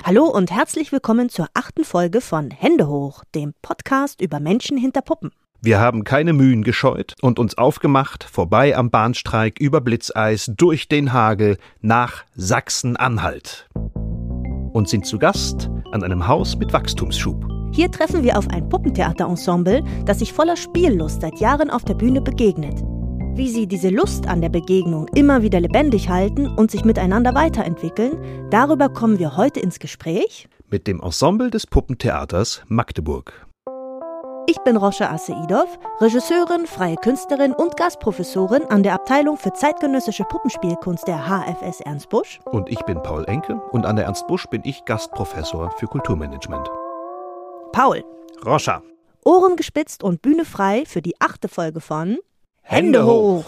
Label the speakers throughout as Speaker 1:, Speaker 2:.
Speaker 1: Hallo und herzlich willkommen zur 8. Folge von Hände hoch, dem Podcast über Menschen hinter Puppen.
Speaker 2: Wir haben keine Mühen gescheut und uns aufgemacht, vorbei am Bahnstreik, über Blitzeis, durch den Hagel, nach Sachsen-Anhalt. Und sind zu Gast an einem Haus mit Wachstumsschub.
Speaker 1: Hier treffen wir auf ein Puppentheaterensemble, das sich voller Spiellust seit Jahren auf der Bühne begegnet. Wie sie diese Lust an der Begegnung immer wieder lebendig halten und sich miteinander weiterentwickeln, darüber kommen wir heute ins Gespräch
Speaker 2: Mit dem Ensemble des Puppentheaters Magdeburg.
Speaker 1: Ich bin Roscha Asseidov, Regisseurin, freie Künstlerin und Gastprofessorin an der Abteilung für zeitgenössische Puppenspielkunst der HFS Ernst Busch.
Speaker 2: Und ich bin Paul Enke und an der Ernst Busch bin ich Gastprofessor für Kulturmanagement.
Speaker 1: Paul.
Speaker 2: Roscha.
Speaker 1: Ohren gespitzt und Bühne frei für die 8. Folge von
Speaker 2: Hände hoch.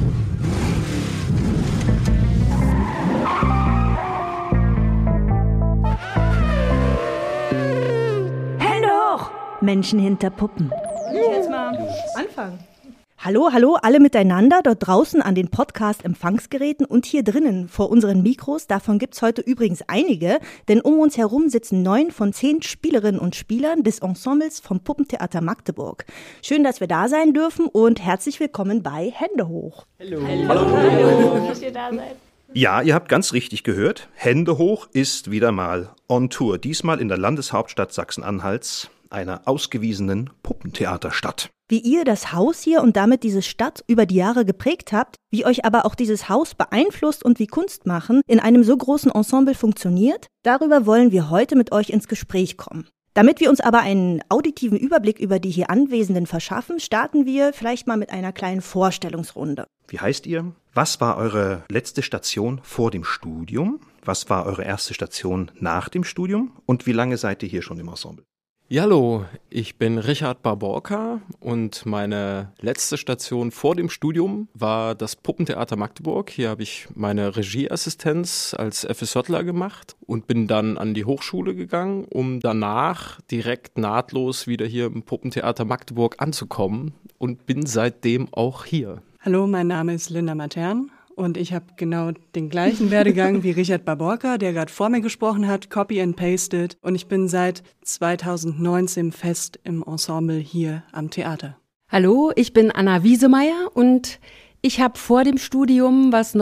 Speaker 1: Menschen hinter Puppen.
Speaker 3: Ich jetzt mal anfangen.
Speaker 1: Hallo alle miteinander, dort draußen an den Podcast-Empfangsgeräten und hier drinnen vor unseren Mikros. Davon gibt's heute übrigens einige, denn um uns herum sitzen 9 von 10 Spielerinnen und Spielern des Ensembles vom Puppentheater Magdeburg. Schön, dass wir da sein dürfen und herzlich willkommen bei Hände hoch.
Speaker 3: Hallo, dass ihr da seid.
Speaker 2: Ja, ihr habt ganz richtig gehört. Hände hoch ist wieder mal on Tour. Diesmal in der Landeshauptstadt Sachsen-Anhalts, einer ausgewiesenen Puppentheaterstadt.
Speaker 1: Wie ihr das Haus hier und damit diese Stadt über die Jahre geprägt habt, wie euch aber auch dieses Haus beeinflusst und wie Kunst machen in einem so großen Ensemble funktioniert, darüber wollen wir heute mit euch ins Gespräch kommen. Damit wir uns aber einen auditiven Überblick über die hier Anwesenden verschaffen, starten wir vielleicht mal mit einer kleinen Vorstellungsrunde.
Speaker 2: Wie heißt ihr? Was war eure letzte Station vor dem Studium? Was war eure erste Station nach dem Studium? Und wie lange seid ihr hier schon im Ensemble?
Speaker 4: Ja, hallo, ich bin Richard Barborka und meine letzte Station vor dem Studium war das Puppentheater Magdeburg. Hier habe ich meine Regieassistenz als FSJler gemacht und bin dann an die Hochschule gegangen, um danach direkt nahtlos wieder hier im Puppentheater Magdeburg anzukommen und bin seitdem auch hier.
Speaker 3: Hallo, mein Name ist Linda Matern und ich habe genau den gleichen Werdegang wie Richard Barborka, der gerade vor mir gesprochen hat, copy and pasted. Und ich bin seit 2019 fest im Ensemble hier am Theater.
Speaker 5: Hallo, ich bin Anna Wiesemeyer und ich habe vor dem Studium, was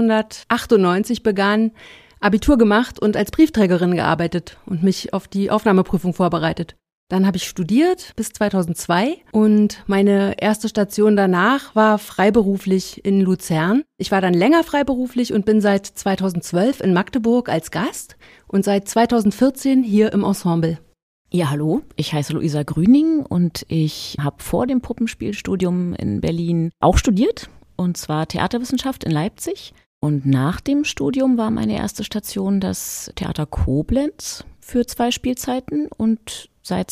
Speaker 5: 1998 begann, Abitur gemacht und als Briefträgerin gearbeitet und mich auf die Aufnahmeprüfung vorbereitet. Dann habe ich studiert bis 2002 und meine erste Station danach war freiberuflich in Luzern. Ich war dann länger freiberuflich und bin seit 2012 in Magdeburg als Gast und seit 2014 hier im Ensemble.
Speaker 6: Ja, hallo, ich heiße Luisa Grüning und ich habe vor dem Puppenspielstudium in Berlin auch studiert, und zwar Theaterwissenschaft in Leipzig. Und nach dem Studium war meine erste Station das Theater Koblenz für 2 Spielzeiten und seit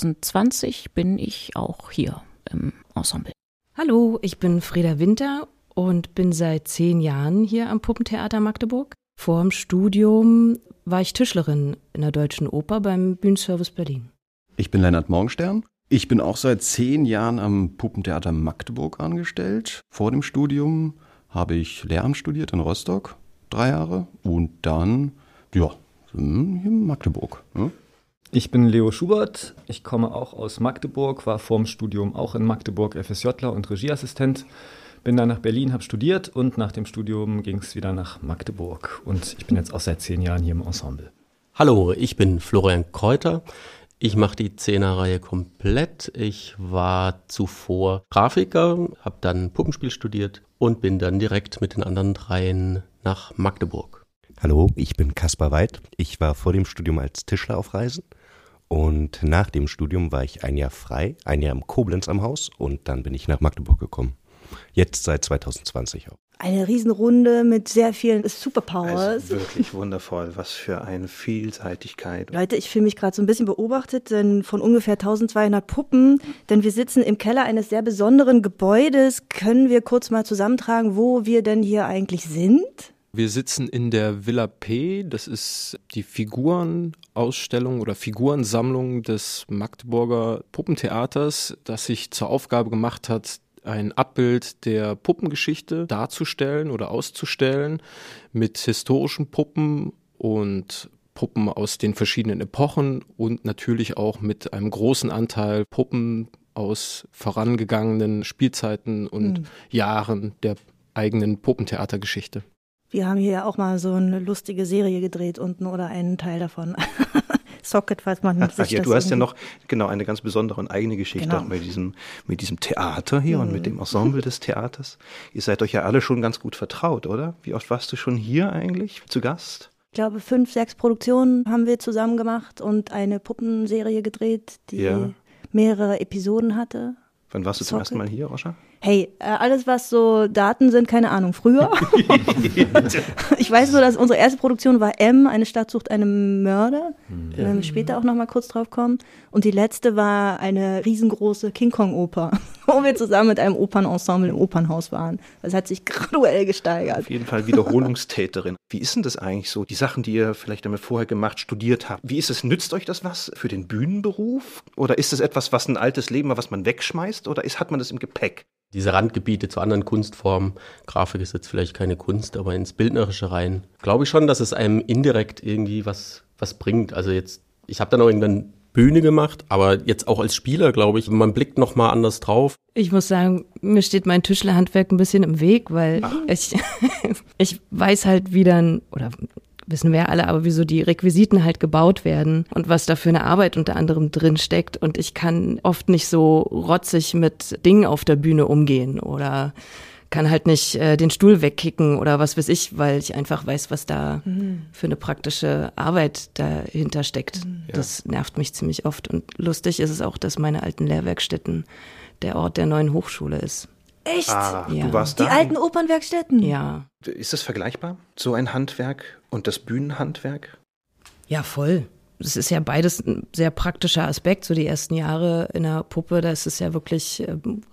Speaker 6: 2020 bin ich auch hier im Ensemble.
Speaker 7: Hallo, ich bin Freda Winter und bin seit 10 Jahren hier am Puppentheater Magdeburg. Vor dem Studium war ich Tischlerin in der Deutschen Oper beim Bühnenservice Berlin.
Speaker 8: Ich bin Lennart Morgenstern. Ich bin auch seit 10 Jahren am Puppentheater Magdeburg angestellt. Vor dem Studium habe ich Lehramt studiert in Rostock, 3 Jahre. Und dann, hier in Magdeburg. Ja.
Speaker 9: Ich bin Leo Schubert, ich komme auch aus Magdeburg, war vorm Studium auch in Magdeburg FSJler und Regieassistent, bin dann nach Berlin, habe studiert und nach dem Studium ging es wieder nach Magdeburg und ich bin jetzt auch seit 10 Jahren hier im Ensemble.
Speaker 10: Hallo, ich bin Florian Kräuter, ich mache die 10er-Reihe komplett, ich war zuvor Grafiker, habe dann Puppenspiel studiert und bin dann direkt mit den anderen 3 nach Magdeburg.
Speaker 11: Hallo, ich bin Kaspar Weid, ich war vor dem Studium als Tischler auf Reisen. Und nach dem Studium war ich 1 Jahr frei, 1 Jahr im Koblenz am Haus und dann bin ich nach Magdeburg gekommen. Jetzt seit 2020 auch.
Speaker 1: Eine Riesenrunde mit sehr vielen Superpowers.
Speaker 2: Also wirklich wundervoll, was für eine Vielseitigkeit.
Speaker 1: Leute, ich fühle mich gerade so ein bisschen beobachtet, denn von ungefähr 1200 Puppen, denn wir sitzen im Keller eines sehr besonderen Gebäudes. Können wir kurz mal zusammentragen, wo wir denn hier eigentlich sind?
Speaker 4: Wir sitzen in der Villa P, das ist die Figurenausstellung oder Figurensammlung des Magdeburger Puppentheaters, das sich zur Aufgabe gemacht hat, ein Abbild der Puppengeschichte darzustellen oder auszustellen mit historischen Puppen und Puppen aus den verschiedenen Epochen und natürlich auch mit einem großen Anteil Puppen aus vorangegangenen Spielzeiten und Jahren der eigenen Puppentheatergeschichte.
Speaker 1: Wir haben hier ja auch mal so eine lustige Serie gedreht unten oder einen Teil davon. Socket, falls man sich
Speaker 2: ja,
Speaker 1: das
Speaker 2: du hast ja noch eine ganz besondere und eigene Geschichte auch mit diesem Theater hier und mit dem Ensemble des Theaters. Ihr seid euch ja alle schon ganz gut vertraut, oder? Wie oft warst du schon hier eigentlich zu Gast?
Speaker 1: Ich glaube, 5, 6 Produktionen haben wir zusammen gemacht und eine Puppenserie gedreht, die mehrere Episoden hatte.
Speaker 2: Wann warst du zum ersten Mal hier, Roscha?
Speaker 1: Hey, alles was so Daten sind, keine Ahnung, früher. Ich weiß nur, dass unsere erste Produktion war M, eine Stadt sucht einen Mörder. Da werden wir später auch noch mal kurz drauf kommen. Und die letzte war eine riesengroße King Kong Oper, wo wir zusammen mit einem Opernensemble im Opernhaus waren. Das hat sich graduell gesteigert.
Speaker 2: Auf jeden Fall Wiederholungstäterin. Wie ist denn das eigentlich so? Die Sachen, die ihr vielleicht damit vorher gemacht, studiert habt. Wie ist es? Nützt euch das was für den Bühnenberuf? Oder ist es etwas, was ein altes Leben war, was man wegschmeißt? Oder hat man das im Gepäck?
Speaker 10: Diese Randgebiete zu anderen Kunstformen, Grafik ist jetzt vielleicht keine Kunst, aber ins Bildnerische rein, glaube ich schon, dass es einem indirekt irgendwie was bringt. Also jetzt, ich habe dann auch irgendwann Bühne gemacht, aber jetzt auch als Spieler, glaube ich, man blickt nochmal anders drauf.
Speaker 7: Ich muss sagen, mir steht mein Tischlerhandwerk ein bisschen im Weg, weil ich weiß halt, wie dann, oder wissen wir ja alle, aber wieso die Requisiten halt gebaut werden und was da für eine Arbeit unter anderem drin steckt. Und ich kann oft nicht so rotzig mit Dingen auf der Bühne umgehen oder kann halt nicht den Stuhl wegkicken oder was weiß ich, weil ich einfach weiß, was da für eine praktische Arbeit dahinter steckt. Ja. Das nervt mich ziemlich oft. Und lustig ist es auch, dass meine alten Lehrwerkstätten der Ort der neuen Hochschule ist.
Speaker 1: Echt?
Speaker 2: Ja. Du warst
Speaker 1: da?
Speaker 2: Die
Speaker 1: alten Opernwerkstätten?
Speaker 7: Ja.
Speaker 2: Ist das vergleichbar? So ein Handwerk und das Bühnenhandwerk?
Speaker 7: Ja, voll. Das ist ja beides ein sehr praktischer Aspekt. So die ersten Jahre in der Puppe, das ist ja wirklich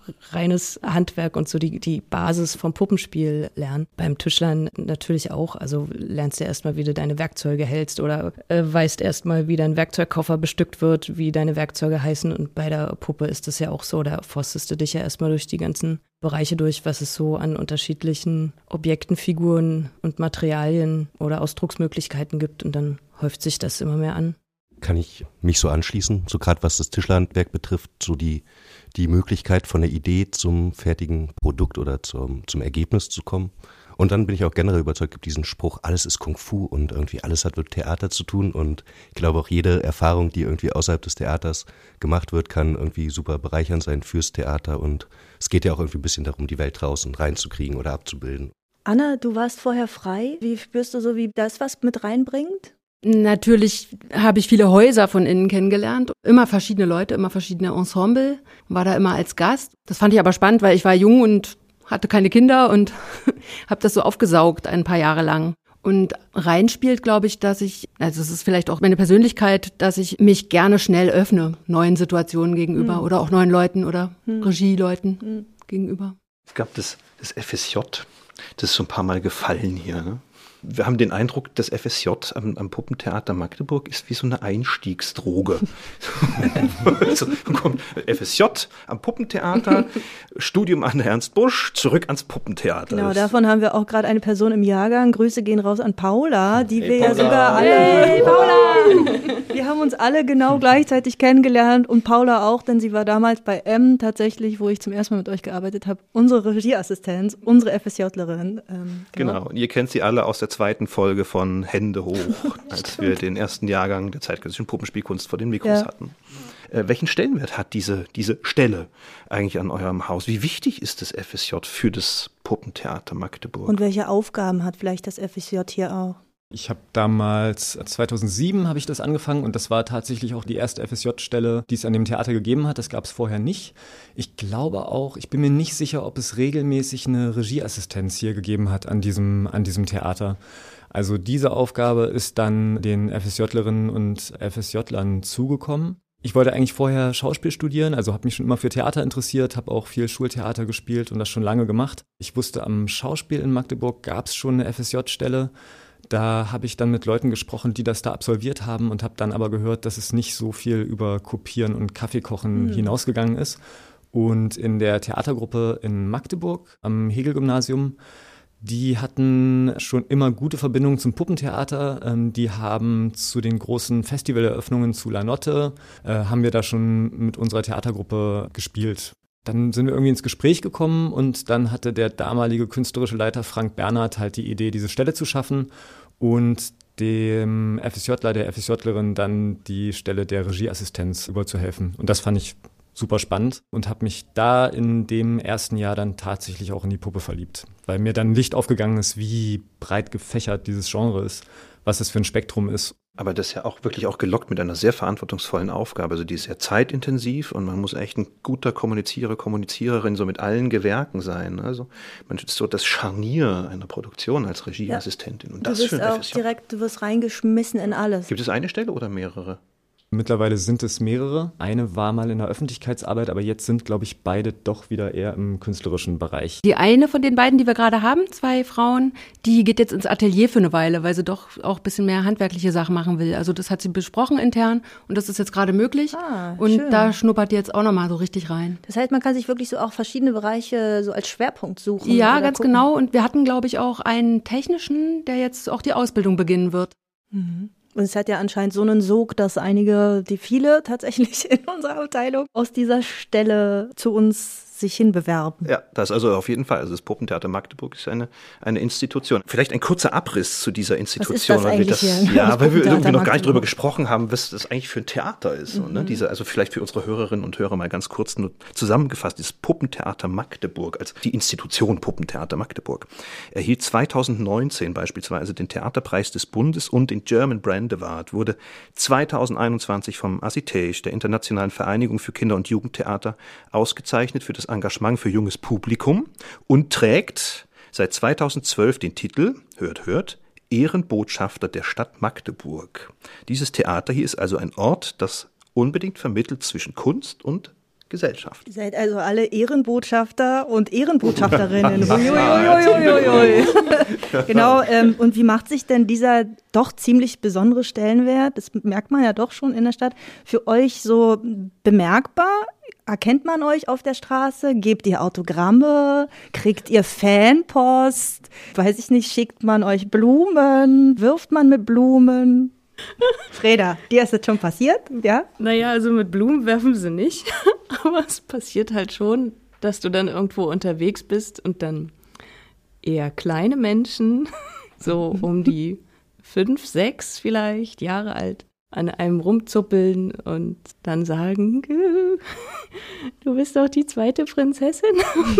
Speaker 7: reines Handwerk und so die Basis vom Puppenspiel lernen. Beim Tischlern natürlich auch. Also lernst du erstmal, wie du deine Werkzeuge hältst oder weißt erstmal, wie dein Werkzeugkoffer bestückt wird, wie deine Werkzeuge heißen. Und bei der Puppe ist das ja auch so. Da forstest du dich ja erstmal durch die ganzen Bereiche durch, was es so an unterschiedlichen Objekten, Figuren und Materialien oder Ausdrucksmöglichkeiten gibt. Und dann häuft sich das immer mehr an.
Speaker 11: Kann ich mich so anschließen, so gerade was das Tischlerhandwerk betrifft, so die Möglichkeit von der Idee zum fertigen Produkt oder zum Ergebnis zu kommen. Und dann bin ich auch generell überzeugt, gibt diesen Spruch, alles ist Kung Fu und irgendwie alles hat mit Theater zu tun. Und ich glaube auch jede Erfahrung, die irgendwie außerhalb des Theaters gemacht wird, kann irgendwie super bereichernd sein fürs Theater. Und es geht ja auch irgendwie ein bisschen darum, die Welt draußen reinzukriegen oder abzubilden.
Speaker 1: Anna, du warst vorher frei. Wie spürst du so, wie das was mit reinbringt?
Speaker 5: Natürlich habe ich viele Häuser von innen kennengelernt, immer verschiedene Leute, immer verschiedene Ensemble, war da immer als Gast. Das fand ich aber spannend, weil ich war jung und hatte keine Kinder und habe das so aufgesaugt ein paar Jahre lang. Und reinspielt, glaube ich, dass es ist vielleicht auch meine Persönlichkeit, dass ich mich gerne schnell öffne, neuen Situationen gegenüber oder auch neuen Leuten oder Regieleuten gegenüber.
Speaker 2: Es gab das FSJ, das ist so ein paar Mal gefallen hier, ne? Wir haben den Eindruck, das FSJ am Puppentheater Magdeburg ist wie so eine Einstiegsdroge. So, kommt FSJ am Puppentheater, Studium an Ernst Busch, zurück ans Puppentheater.
Speaker 1: Genau, davon haben wir auch gerade eine Person im Jahrgang. Grüße gehen raus an Paula, die wir ja sogar alle... Hey, Paula! Wir haben uns alle genau gleichzeitig kennengelernt und Paula auch, denn sie war damals bei M tatsächlich, wo ich zum ersten Mal mit euch gearbeitet habe, unsere Regieassistenz, unsere FSJlerin.
Speaker 2: Genau, und ihr kennt sie alle aus der zweiten Folge von Hände hoch, als wir den ersten Jahrgang der zeitgenössischen Puppenspielkunst vor den Mikros hatten. Welchen Stellenwert hat diese Stelle eigentlich an eurem Haus? Wie wichtig ist das FSJ für das Puppentheater Magdeburg?
Speaker 1: Und welche Aufgaben hat vielleicht das FSJ hier auch?
Speaker 9: Ich habe damals, 2007 habe ich das angefangen und das war tatsächlich auch die erste FSJ-Stelle, die es an dem Theater gegeben hat. Das gab es vorher nicht. Ich glaube auch, ich bin mir nicht sicher, ob es regelmäßig eine Regieassistenz hier gegeben hat an diesem Theater. Also diese Aufgabe ist dann den FSJlerinnen und FSJlern zugekommen. Ich wollte eigentlich vorher Schauspiel studieren, also habe mich schon immer für Theater interessiert, habe auch viel Schultheater gespielt und das schon lange gemacht. Ich wusste, am Schauspiel in Magdeburg gab es schon eine FSJ-Stelle. Da habe ich dann mit Leuten gesprochen, die das da absolviert haben und habe dann aber gehört, dass es nicht so viel über Kopieren und Kaffeekochen hinausgegangen ist. Und in der Theatergruppe in Magdeburg am Hegel-Gymnasium, Die hatten schon immer gute Verbindungen zum Puppentheater. Die haben zu den großen Festivaleröffnungen zu La Notte, haben wir da schon mit unserer Theatergruppe gespielt. Dann sind wir irgendwie ins Gespräch gekommen und dann hatte der damalige künstlerische Leiter Frank Bernhard halt die Idee, diese Stelle zu schaffen und dem FSJler, der FSJlerin dann die Stelle der Regieassistenz überzuhelfen. Und das fand ich super spannend und habe mich da in dem ersten Jahr dann tatsächlich auch in die Puppe verliebt, weil mir dann Licht aufgegangen ist, wie breit gefächert dieses Genre ist, was es für ein Spektrum ist.
Speaker 2: Aber das ist ja auch wirklich auch gelockt mit einer sehr verantwortungsvollen Aufgabe. Also die ist sehr zeitintensiv und man muss echt ein guter Kommuniziererin so mit allen Gewerken sein. Also man ist so das Scharnier einer Produktion als Regieassistentin. Und das
Speaker 1: du bist auch direkt, du wirst reingeschmissen in alles.
Speaker 2: Gibt es eine Stelle oder mehrere?
Speaker 9: Mittlerweile sind es mehrere. Eine war mal in der Öffentlichkeitsarbeit, aber jetzt sind, glaube ich, beide doch wieder eher im künstlerischen Bereich.
Speaker 5: Die eine von den beiden, die wir gerade haben, 2 Frauen, die geht jetzt ins Atelier für eine Weile, weil sie doch auch ein bisschen mehr handwerkliche Sachen machen will. Also das hat sie besprochen intern und das ist jetzt gerade möglich. Und schön. Da schnuppert die jetzt auch nochmal so richtig rein.
Speaker 1: Das heißt, man kann sich wirklich so auch verschiedene Bereiche so als Schwerpunkt suchen.
Speaker 5: Ja, ganz gucken. Genau. Und wir hatten, glaube ich, auch einen technischen, der jetzt auch die Ausbildung beginnen wird.
Speaker 1: Mhm. Und es hat ja anscheinend so einen Sog, dass viele tatsächlich in unserer Abteilung aus dieser Stelle zu uns sich hinbewerben.
Speaker 2: Ja, das also auf jeden Fall. Also das Puppentheater Magdeburg ist eine Institution. Vielleicht ein kurzer Abriss zu dieser Institution.
Speaker 1: Was ist das eigentlich hier?
Speaker 2: Ja, weil wir irgendwie noch gar nicht drüber gesprochen haben, was das eigentlich für ein Theater ist. Mhm. Und, ne, also vielleicht für unsere Hörerinnen und Hörer mal ganz kurz nur zusammengefasst. Dieses Puppentheater Magdeburg, also die Institution Puppentheater Magdeburg, erhielt 2019 beispielsweise den Theaterpreis des Bundes und den German Brand Award, wurde 2021 vom ASITEJ, der Internationalen Vereinigung für Kinder- und Jugendtheater, ausgezeichnet für das Engagement für junges Publikum und trägt seit 2012 den Titel, hört, Ehrenbotschafter der Stadt Magdeburg. Dieses Theater hier ist also ein Ort, das unbedingt vermittelt zwischen Kunst und Gesellschaft.
Speaker 1: Ihr seid also alle Ehrenbotschafter und Ehrenbotschafterinnen. Uiuiuiuiui. Genau, und wie macht sich denn dieser doch ziemlich besondere Stellenwert, das merkt man ja doch schon in der Stadt, für euch so bemerkbar? Erkennt man euch auf der Straße? Gebt ihr Autogramme? Kriegt ihr Fanpost? Weiß ich nicht, schickt man euch Blumen? Wirft man mit Blumen? Freda, dir ist das schon passiert, ja?
Speaker 3: Naja, also mit Blumen werfen sie nicht, aber es passiert halt schon, dass du dann irgendwo unterwegs bist und dann eher kleine Menschen, so um die 5, 6 vielleicht Jahre alt, an einem rumzuppeln und dann sagen, du bist doch die zweite Prinzessin.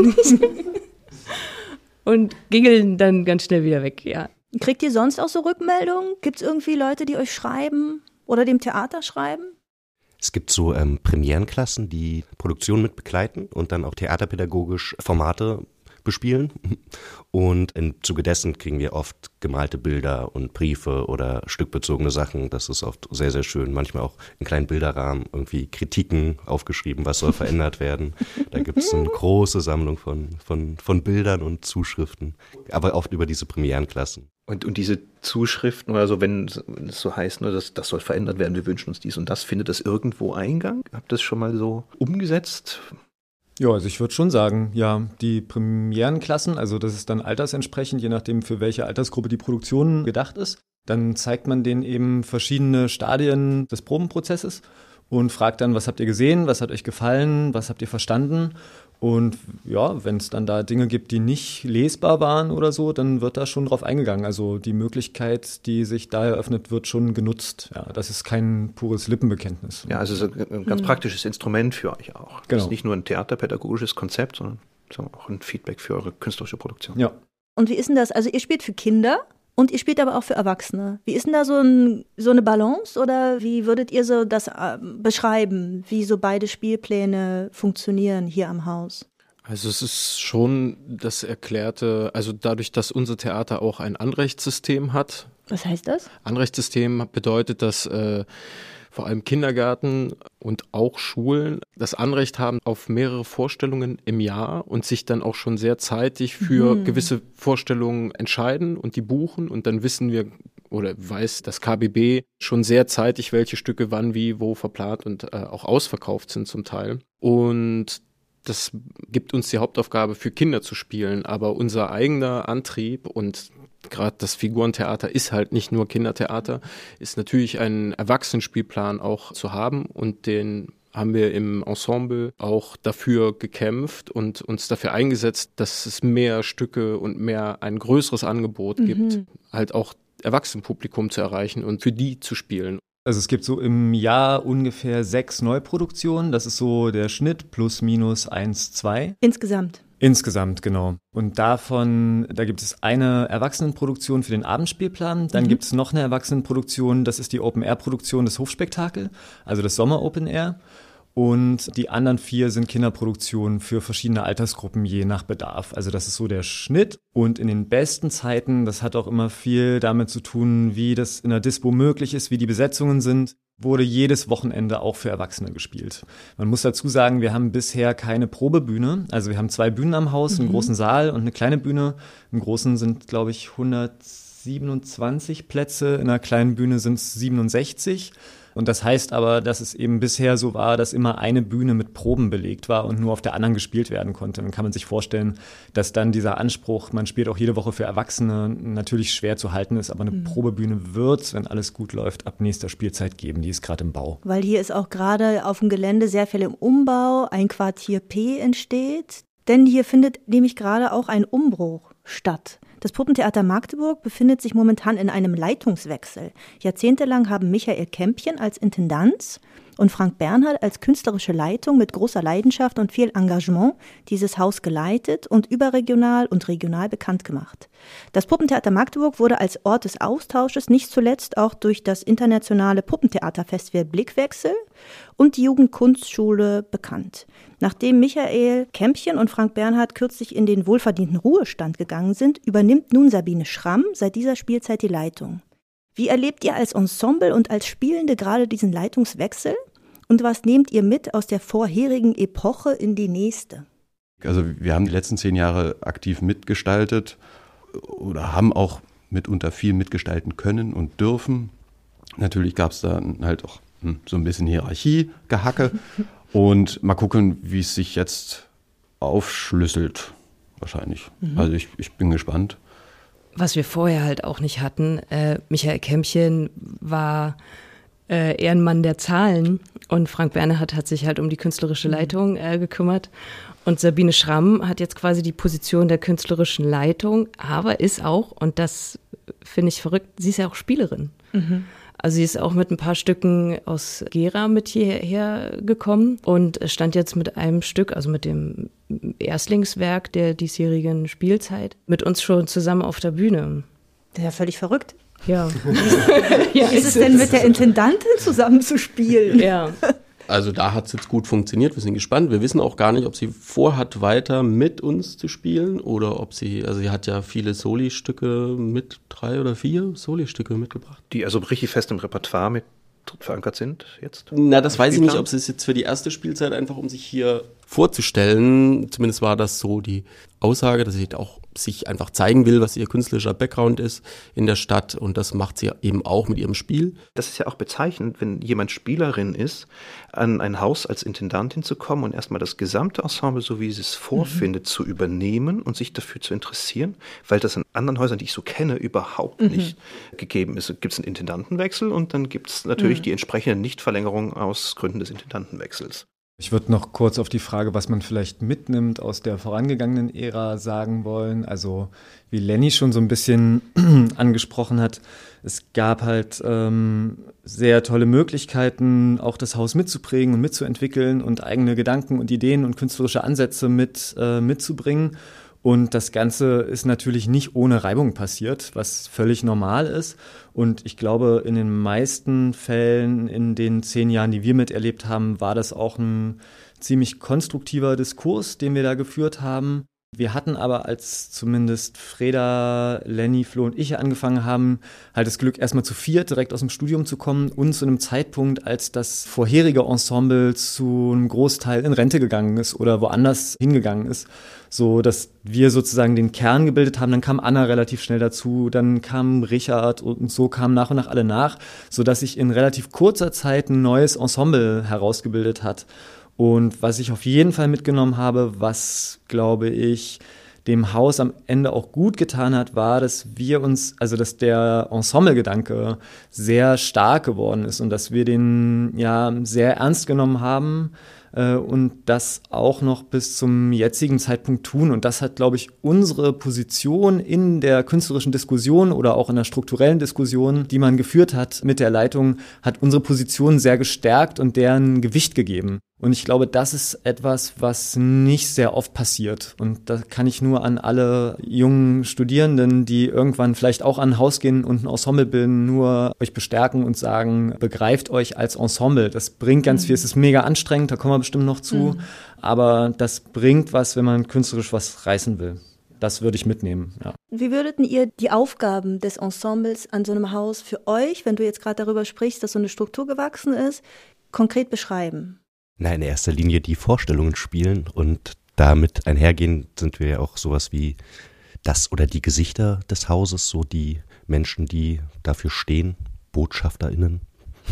Speaker 3: Und giggeln dann ganz schnell wieder weg, ja.
Speaker 1: Kriegt ihr sonst auch so Rückmeldungen? Gibt es irgendwie Leute, die euch schreiben oder dem Theater schreiben?
Speaker 11: Es gibt so Premierenklassen, die Produktion mit begleiten und dann auch theaterpädagogisch Formate bespielen. Und im Zuge dessen kriegen wir oft gemalte Bilder und Briefe oder stückbezogene Sachen. Das ist oft sehr, sehr schön. Manchmal auch in kleinen Bilderrahmen irgendwie Kritiken aufgeschrieben, was soll verändert werden. Da gibt es eine große Sammlung von Bildern und Zuschriften, aber oft über diese Premierenklassen.
Speaker 2: Und diese Zuschriften oder so, wenn es so heißt, ne, das soll verändert werden, wir wünschen uns dies und das, findet das irgendwo Eingang? Habt ihr das schon mal so umgesetzt?
Speaker 9: Ja, also ich würde schon sagen, ja, die Premierenklassen, also das ist dann altersentsprechend, je nachdem für welche Altersgruppe die Produktion gedacht ist. Dann zeigt man denen eben verschiedene Stadien des Probenprozesses und fragt dann, was habt ihr gesehen, was hat euch gefallen, was habt ihr verstanden? Und ja, wenn es dann da Dinge gibt, die nicht lesbar waren oder so, dann wird da schon drauf eingegangen. Also die Möglichkeit, die sich da eröffnet, wird schon genutzt. Ja, das ist kein pures Lippenbekenntnis.
Speaker 2: Ja, also es ist ein ganz praktisches Instrument für euch auch.
Speaker 9: Genau.
Speaker 2: Das ist nicht nur ein theaterpädagogisches Konzept, sondern auch ein Feedback für eure künstlerische Produktion.
Speaker 9: Ja.
Speaker 1: Und wie ist denn das? Also ihr spielt für Kinder und ihr spielt aber auch für Erwachsene. Wie ist denn da so eine Balance oder wie würdet ihr so das beschreiben, wie so beide Spielpläne funktionieren hier am Haus?
Speaker 4: Also es ist schon das Erklärte, also dadurch, dass unser Theater auch ein Anrechtssystem hat.
Speaker 1: Was heißt das?
Speaker 4: Anrechtssystem bedeutet, dass vor allem Kindergärten und auch Schulen das Anrecht haben auf mehrere Vorstellungen im Jahr und sich dann auch schon sehr zeitig für gewisse Vorstellungen entscheiden und die buchen und dann wissen wir oder weiß das KBB schon sehr zeitig, welche Stücke wann, wie, wo verplant und auch ausverkauft sind zum Teil. Und das gibt uns die Hauptaufgabe, für Kinder zu spielen, aber unser eigener Antrieb und gerade das Figurentheater ist halt nicht nur Kindertheater, ist natürlich ein Erwachsenenspielplan auch zu haben und den haben wir im Ensemble auch dafür gekämpft und uns dafür eingesetzt, dass es mehr Stücke und mehr ein größeres Angebot gibt, halt auch Erwachsenenpublikum zu erreichen und für die zu spielen.
Speaker 9: Also es gibt so im Jahr ungefähr 6 Neuproduktionen, das ist so der Schnitt plus minus 1, 2. Insgesamt, genau. Und davon, da gibt es eine Erwachsenenproduktion für den Abendspielplan, dann gibt es noch eine Erwachsenenproduktion, das ist die Open-Air-Produktion des Hofspektakel, also das Sommer-Open-Air. Und die anderen 4 sind Kinderproduktionen für verschiedene Altersgruppen je nach Bedarf. Also das ist so der Schnitt. Und in den besten Zeiten, das hat auch immer viel damit zu tun, wie das in der Dispo möglich ist, wie die Besetzungen sind, wurde jedes Wochenende auch für Erwachsene gespielt. Man muss dazu sagen, wir haben bisher keine Probebühne. Also wir haben 2 Bühnen am Haus, einen großen Saal und eine kleine Bühne. Im Großen sind, glaube ich, 127 Plätze. In einer kleinen Bühne sind es 67. Und das heißt aber, dass es eben bisher so war, dass immer eine Bühne mit Proben belegt war und nur auf der anderen gespielt werden konnte. Dann kann man sich vorstellen, dass dann dieser Anspruch, man spielt auch jede Woche für Erwachsene, natürlich schwer zu halten ist. Aber eine Probebühne wird es, wenn alles gut läuft, ab nächster Spielzeit geben. Die ist gerade im Bau.
Speaker 1: Weil hier ist auch gerade auf dem Gelände sehr viel im Umbau, ein Quartier P entsteht. Denn hier findet nämlich gerade auch ein Umbruch statt. Das Puppentheater Magdeburg befindet sich momentan in einem Leitungswechsel. Jahrzehntelang haben Michael Kämpchen als Intendanz und Frank Bernhard als künstlerische Leitung mit großer Leidenschaft und viel Engagement dieses Haus geleitet und überregional und regional bekannt gemacht. Das Puppentheater Magdeburg wurde als Ort des Austausches nicht zuletzt auch durch das internationale Puppentheaterfestival Blickwechsel und die Jugendkunstschule bekannt. Nachdem Michael Kämpchen und Frank Bernhard kürzlich in den wohlverdienten Ruhestand gegangen sind, übernimmt nun Sabine Schramm seit dieser Spielzeit die Leitung. Wie erlebt ihr als Ensemble und als Spielende gerade diesen Leitungswechsel? Und was nehmt ihr mit aus der vorherigen Epoche in die nächste?
Speaker 8: Also wir haben die letzten 10 Jahre aktiv mitgestaltet oder haben auch mitunter viel mitgestalten können und dürfen. Natürlich gab es da halt auch so ein bisschen Hierarchie-Gehacke. Und mal gucken, wie es sich jetzt aufschlüsselt, wahrscheinlich. Also ich bin gespannt.
Speaker 7: Was wir vorher halt auch nicht hatten, Michael Kämpchen war eher ein Mann der Zahlen und Frank Bernhard hat sich halt um die künstlerische Leitung gekümmert. Und Sabine Schramm hat jetzt quasi die Position der künstlerischen Leitung, aber ist auch, und das finde ich verrückt, sie ist ja auch Spielerin. Also sie ist auch mit ein paar Stücken aus Gera mit hierher gekommen und stand jetzt mit einem Stück, also mit dem Erstlingswerk der diesjährigen Spielzeit, mit uns schon zusammen auf der Bühne.
Speaker 1: Das ist ja völlig verrückt.
Speaker 7: Ja.
Speaker 1: Wie ist es denn mit der Intendantin zusammen zu spielen?
Speaker 7: Ja.
Speaker 10: Also da hat es jetzt gut funktioniert, wir sind gespannt. Wir wissen auch gar nicht, ob sie vorhat, weiter mit uns zu spielen oder ob sie, also sie hat ja viele Soli-Stücke mit, 3 oder 4 Soli-Stücke mitgebracht.
Speaker 2: Die also richtig fest im Repertoire mit verankert sind jetzt?
Speaker 10: Na, das weiß ich nicht, ob sie es jetzt für die erste Spielzeit einfach, um sich hier vorzustellen, zumindest war das so die Aussage, dass sie auch sich einfach zeigen will, was ihr künstlerischer Background ist in der Stadt und das macht sie eben auch mit ihrem Spiel.
Speaker 2: Das ist ja auch bezeichnend, wenn jemand Spielerin ist, an ein Haus als Intendantin zu kommen und erstmal das gesamte Ensemble, so wie sie es vorfindet, zu übernehmen und sich dafür zu interessieren, weil das in anderen Häusern, die ich so kenne, überhaupt nicht gegeben ist. Gibt es einen Intendantenwechsel und dann gibt es natürlich die entsprechende Nichtverlängerung aus Gründen des Intendantenwechsels.
Speaker 9: Ich würde noch kurz auf die Frage, was man vielleicht mitnimmt aus der vorangegangenen Ära sagen wollen. Also wie Lenny schon so ein bisschen angesprochen hat, es gab halt sehr tolle Möglichkeiten, auch das Haus mitzuprägen und mitzuentwickeln und eigene Gedanken und Ideen und künstlerische Ansätze mitzubringen. Und das Ganze ist natürlich nicht ohne Reibung passiert, was völlig normal ist. Und ich glaube, in den meisten Fällen in den 10 Jahren, die wir miterlebt haben, war das auch ein ziemlich konstruktiver Diskurs, den wir da geführt haben. Wir hatten aber, als zumindest Freda, Lenny, Flo und ich angefangen haben, halt das Glück, erstmal zu 4 direkt aus dem Studium zu kommen und zu einem Zeitpunkt, als das vorherige Ensemble zu einem Großteil in Rente gegangen ist oder woanders hingegangen ist, so dass wir sozusagen den Kern gebildet haben. Dann kam Anna relativ schnell dazu, dann kam Richard und so kamen nach und nach alle nach, so dass sich in relativ kurzer Zeit ein neues Ensemble herausgebildet hat. Und was ich auf jeden Fall mitgenommen habe, was, glaube ich, dem Haus am Ende auch gut getan hat, war, dass dass der Ensemble-Gedanke sehr stark geworden ist und dass wir den ja sehr ernst genommen haben und das auch noch bis zum jetzigen Zeitpunkt tun. Und das hat, glaube ich, unsere Position in der künstlerischen Diskussion oder auch in der strukturellen Diskussion, die man geführt hat mit der Leitung, hat unsere Position sehr gestärkt und deren Gewicht gegeben. Und ich glaube, das ist etwas, was nicht sehr oft passiert. Und da kann ich nur an alle jungen Studierenden, die irgendwann vielleicht auch an ein Haus gehen und ein Ensemble bilden, nur euch bestärken und sagen, begreift euch als Ensemble. Das bringt ganz viel. Es ist mega anstrengend, da kommen wir bestimmt noch zu. Aber das bringt was, wenn man künstlerisch was reißen will. Das würde ich mitnehmen, ja.
Speaker 1: Wie würdet ihr die Aufgaben des Ensembles an so einem Haus für euch, wenn du jetzt gerade darüber sprichst, dass so eine Struktur gewachsen ist, konkret beschreiben?
Speaker 11: Na, in erster Linie die Vorstellungen spielen und damit einhergehen sind wir ja auch sowas wie das oder die Gesichter des Hauses, so die Menschen, die dafür stehen, BotschafterInnen,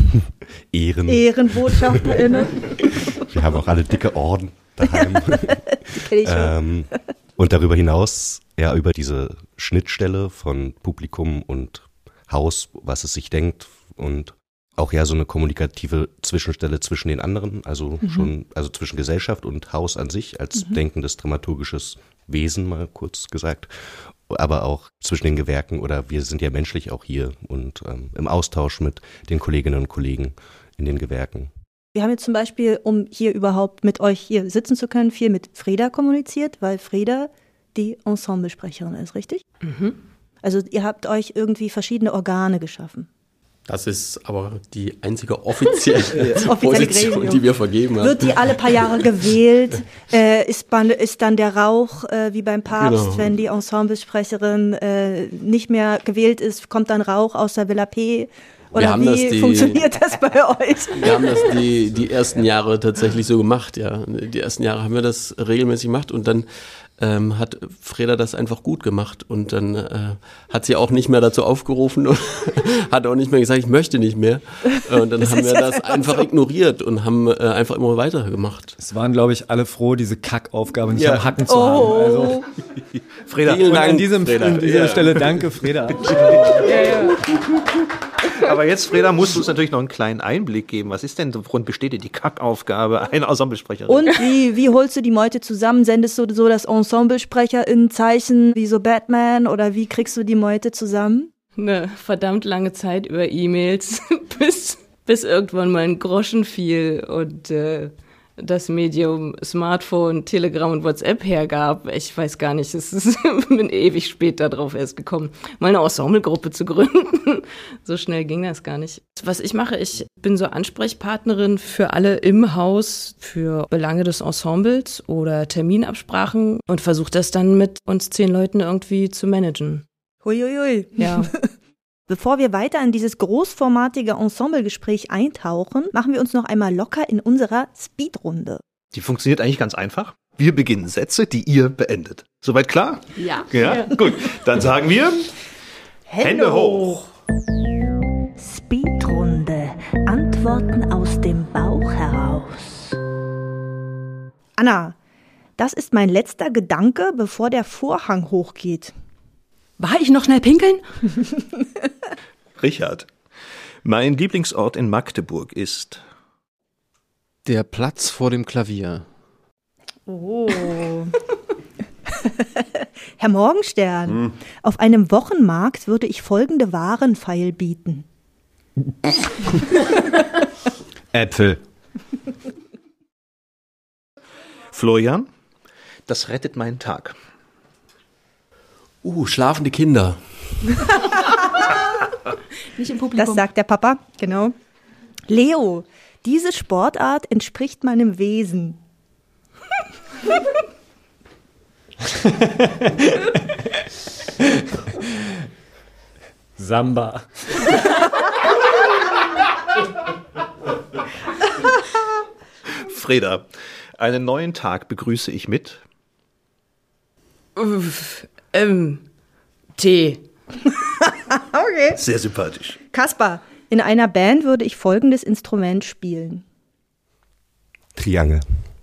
Speaker 1: EhrenbotschafterInnen.
Speaker 11: Wir haben auch alle dicke Orden daheim.
Speaker 1: Die kenn ich schon.
Speaker 11: Und darüber hinaus ja über diese Schnittstelle von Publikum und Haus, was es sich denkt und auch ja so eine kommunikative Zwischenstelle zwischen den anderen, also also zwischen Gesellschaft und Haus an sich als denkendes dramaturgisches Wesen, mal kurz gesagt, aber auch zwischen den Gewerken oder wir sind ja menschlich auch hier und im Austausch mit den Kolleginnen und Kollegen in den Gewerken.
Speaker 1: Wir haben jetzt zum Beispiel, um hier überhaupt mit euch hier sitzen zu können, viel mit Freda kommuniziert, weil Freda die Ensemblesprecherin ist, richtig? Also ihr habt euch irgendwie verschiedene Organe geschaffen.
Speaker 10: Das ist aber die einzige offizielle Position, die wir vergeben haben.
Speaker 1: Wird die alle paar Jahre gewählt? Ist dann der Rauch wie beim Papst, genau. Wenn die Ensemblesprecherin nicht mehr gewählt ist, kommt dann Rauch aus der Villa P? Oder wie funktioniert das bei euch?
Speaker 10: Wir haben das die ersten Jahre tatsächlich so gemacht, ja. Die ersten Jahre haben wir das regelmäßig gemacht und dann hat Freda das einfach gut gemacht und dann hat sie auch nicht mehr dazu aufgerufen und hat auch nicht mehr gesagt, ich möchte nicht mehr. Und dann haben wir das einfach ignoriert und haben einfach immer weitergemacht.
Speaker 9: Es waren, glaube ich, alle froh, diese Kackaufgabe nicht am Hacken zu haben. Also,
Speaker 10: Freda, vielen Dank,
Speaker 9: an dieser Stelle danke, Freda.
Speaker 2: Aber jetzt, Freda, musst du uns natürlich noch einen kleinen Einblick geben. Was ist denn, worin besteht denn die Kackaufgabe einer Ensemblesprecherin?
Speaker 1: Und wie holst du die Meute zusammen? Sendest du so das Ensemblesprecherinnenzeichen wie so Batman oder wie kriegst du die Meute zusammen?
Speaker 5: Eine verdammt lange Zeit über E-Mails, bis irgendwann mal ein Groschen fiel und das Medium Smartphone, Telegram und WhatsApp hergab. Ich weiß gar nicht, bin ewig spät darauf erst gekommen, mal eine Ensemblegruppe zu gründen. So schnell ging das gar nicht. Was ich mache, ich bin so Ansprechpartnerin für alle im Haus, für Belange des Ensembles oder Terminabsprachen und versuche das dann mit uns 10 Leuten irgendwie zu managen.
Speaker 1: Huiuiui.
Speaker 5: Ja.
Speaker 1: Bevor wir weiter in dieses großformatige Ensemblegespräch eintauchen, machen wir uns noch einmal locker in unserer Speedrunde.
Speaker 2: Die funktioniert eigentlich ganz einfach. Wir beginnen Sätze, die ihr beendet. Soweit klar?
Speaker 5: Ja.
Speaker 2: Ja, gut. Dann sagen wir Hände hoch.
Speaker 1: Speedrunde. Antworten aus dem Bauch heraus. Anna, das ist mein letzter Gedanke, bevor der Vorhang hochgeht.
Speaker 5: War ich noch schnell pinkeln?
Speaker 2: Richard, mein Lieblingsort in Magdeburg ist
Speaker 4: der Platz vor dem Klavier.
Speaker 1: Oh. Herr Morgenstern, auf einem Wochenmarkt würde ich folgende Waren feilbieten.
Speaker 9: Äpfel.
Speaker 2: Florian, das rettet meinen Tag.
Speaker 10: Schlafende Kinder.
Speaker 5: Nicht im Publikum.
Speaker 1: Das sagt der Papa, genau. Leo, diese Sportart entspricht meinem Wesen.
Speaker 9: Samba.
Speaker 2: Freda, einen neuen Tag begrüße ich mit
Speaker 5: Tee.
Speaker 1: Okay.
Speaker 2: Sehr sympathisch.
Speaker 1: Kaspar, in einer Band würde ich folgendes Instrument spielen.
Speaker 11: Triangel.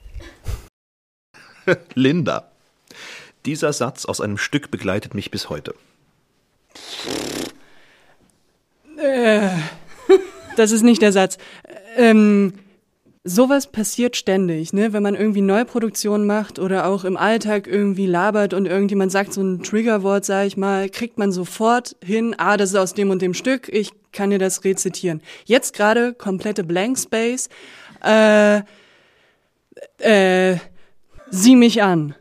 Speaker 2: Linda. Dieser Satz aus einem Stück begleitet mich bis heute.
Speaker 3: Das ist nicht der Satz. Sowas passiert ständig, ne? Wenn man irgendwie Neuproduktion macht oder auch im Alltag irgendwie labert und irgendjemand sagt so ein Triggerwort, sag ich mal, kriegt man sofort hin, das ist aus dem und dem Stück, ich kann dir das rezitieren. Jetzt gerade komplette Blank Space. Sieh mich an.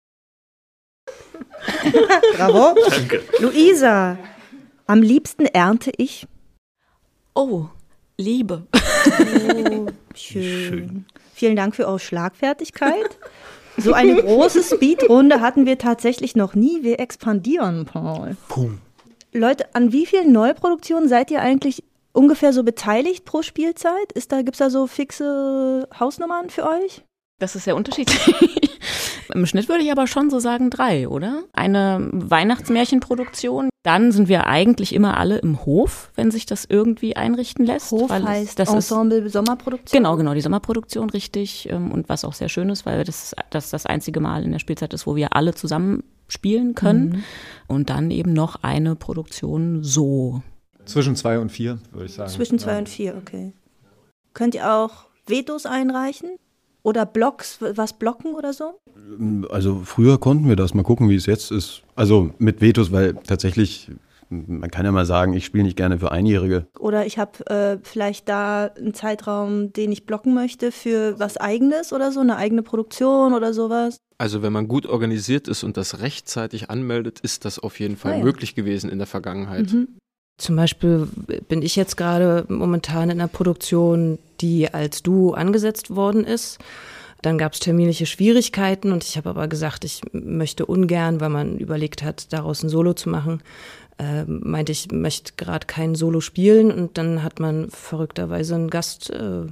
Speaker 1: Bravo.
Speaker 2: Danke.
Speaker 1: Luisa, am liebsten ernte ich.
Speaker 6: Oh, Liebe.
Speaker 1: Oh, schön. Vielen Dank für eure Schlagfertigkeit. So eine große Speedrunde hatten wir tatsächlich noch nie. Wir expandieren, Paul.
Speaker 2: Pum.
Speaker 1: Leute, an wie vielen Neuproduktionen seid ihr eigentlich ungefähr so beteiligt pro Spielzeit? Gibt's da so fixe Hausnummern für euch?
Speaker 6: Das ist sehr unterschiedlich. Im Schnitt würde ich aber schon so sagen 3, oder? Eine Weihnachtsmärchenproduktion. Dann sind wir eigentlich immer alle im Hof, wenn sich das irgendwie einrichten lässt.
Speaker 1: Hof heißt das Ensemble Sommerproduktion?
Speaker 6: Genau, die Sommerproduktion, richtig. Und was auch sehr schön ist, weil das einzige Mal in der Spielzeit ist, wo wir alle zusammen spielen können. Mhm. Und dann eben noch eine Produktion so.
Speaker 9: Zwischen 2 und 4, würde ich sagen.
Speaker 1: Zwischen 2 und 4, okay. Könnt ihr auch Vetos einreichen? Oder was blocken oder so?
Speaker 8: Also früher konnten wir das. Mal gucken, wie es jetzt ist. Also mit Vetos, weil tatsächlich, man kann ja mal sagen, ich spiele nicht gerne für Einjährige.
Speaker 1: Oder ich habe vielleicht da einen Zeitraum, den ich blocken möchte für was Eigenes oder so, eine eigene Produktion oder sowas.
Speaker 4: Also wenn man gut organisiert ist und das rechtzeitig anmeldet, ist das auf jeden Fall möglich gewesen in der Vergangenheit.
Speaker 1: Mhm.
Speaker 7: Zum Beispiel bin ich jetzt gerade momentan in einer Produktion, die als Duo angesetzt worden ist. Dann gab es terminliche Schwierigkeiten und ich habe aber gesagt, ich möchte ungern, weil man überlegt hat, daraus ein Solo zu machen, meinte ich möchte gerade kein Solo spielen und dann hat man verrückterweise einen Gast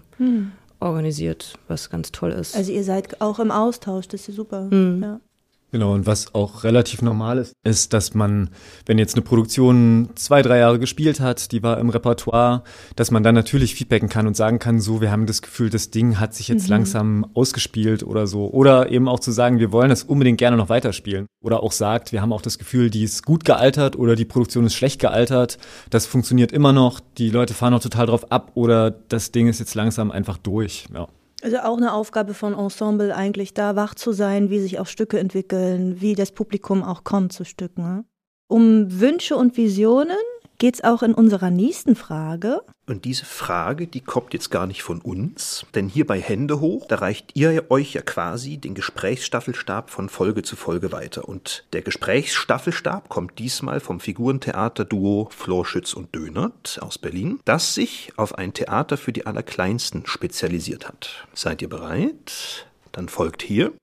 Speaker 7: organisiert, was ganz toll ist.
Speaker 1: Also ihr seid auch im Austausch, das ist ja super. Ja.
Speaker 9: Genau, und was auch relativ normal ist, ist, dass man, wenn jetzt eine Produktion 2-3 Jahre gespielt hat, die war im Repertoire, dass man dann natürlich feedbacken kann und sagen kann, so, wir haben das Gefühl, das Ding hat sich jetzt langsam ausgespielt oder so. Oder eben auch zu sagen, wir wollen das unbedingt gerne noch weiterspielen. Oder auch sagt, wir haben auch das Gefühl, die ist gut gealtert oder die Produktion ist schlecht gealtert. Das funktioniert immer noch, die Leute fahren noch total drauf ab oder das Ding ist jetzt langsam einfach durch, ja.
Speaker 1: Also auch eine Aufgabe von Ensemble eigentlich, da wach zu sein, wie sich auch Stücke entwickeln, wie das Publikum auch kommt zu Stücken. Ne? Um Wünsche und Visionen geht's auch in unserer nächsten Frage.
Speaker 2: Und diese Frage, die kommt jetzt gar nicht von uns, denn hier bei Hände hoch, da reicht ihr euch ja quasi den Gesprächsstaffelstab von Folge zu Folge weiter. Und der Gesprächsstaffelstab kommt diesmal vom Figurentheater-Duo Florschütz und Dönert aus Berlin, das sich auf ein Theater für die Allerkleinsten spezialisiert hat. Seid ihr bereit? Dann folgt hier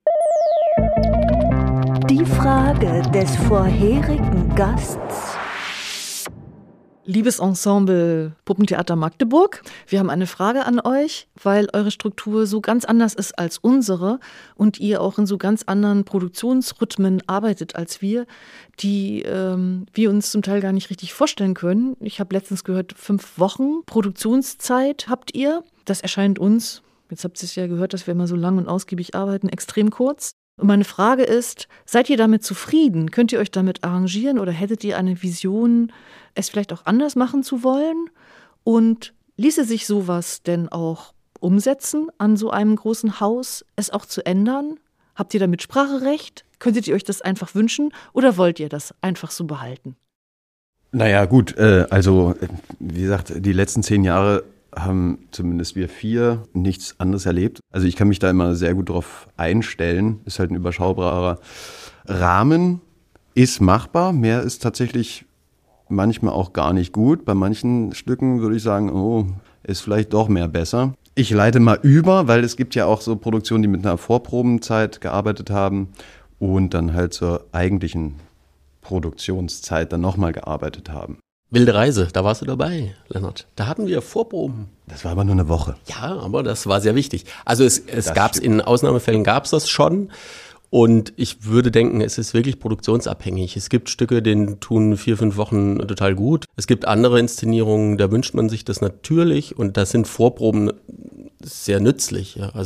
Speaker 1: die Frage des vorherigen Gasts.
Speaker 12: Liebes Ensemble Puppentheater Magdeburg, wir haben eine Frage an euch, weil eure Struktur so ganz anders ist als unsere und ihr auch in so ganz anderen Produktionsrhythmen arbeitet als wir, die wir uns zum Teil gar nicht richtig vorstellen können. Ich habe letztens gehört, 5 Wochen Produktionszeit habt ihr. Das erscheint uns, jetzt habt ihr es ja gehört, dass wir immer so lang und ausgiebig arbeiten, extrem kurz. Und meine Frage ist, seid ihr damit zufrieden? Könnt ihr euch damit arrangieren oder hättet ihr eine Vision, es vielleicht auch anders machen zu wollen? Und ließe sich sowas denn auch umsetzen an so einem großen Haus, es auch zu ändern? Habt ihr da Mitspracherecht? Könntet ihr euch das einfach wünschen oder wollt ihr das einfach so behalten?
Speaker 8: Naja, gut, also wie gesagt, die letzten 10 Jahre haben zumindest wir 4 nichts anderes erlebt. Also ich kann mich da immer sehr gut drauf einstellen. Ist halt ein überschaubarer Rahmen, ist machbar. Mehr ist tatsächlich manchmal auch gar nicht gut. Bei manchen Stücken würde ich sagen, oh, ist vielleicht doch mehr besser. Ich leite mal über, weil es gibt ja auch so Produktionen, die mit einer Vorprobenzeit gearbeitet haben und dann halt zur eigentlichen Produktionszeit dann nochmal gearbeitet haben.
Speaker 10: Wilde Reise, da warst du dabei, Lennart. Da hatten wir Vorproben.
Speaker 8: Das war aber nur eine Woche.
Speaker 10: Ja, aber das war sehr wichtig. Also es gab's in Ausnahmefällen gab's das schon. Und ich würde denken, es ist wirklich produktionsabhängig. Es gibt Stücke, denen tun 4-5 Wochen total gut. Es gibt andere Inszenierungen, da wünscht man sich das natürlich. Und da sind Vorproben sehr nützlich. Ja. Also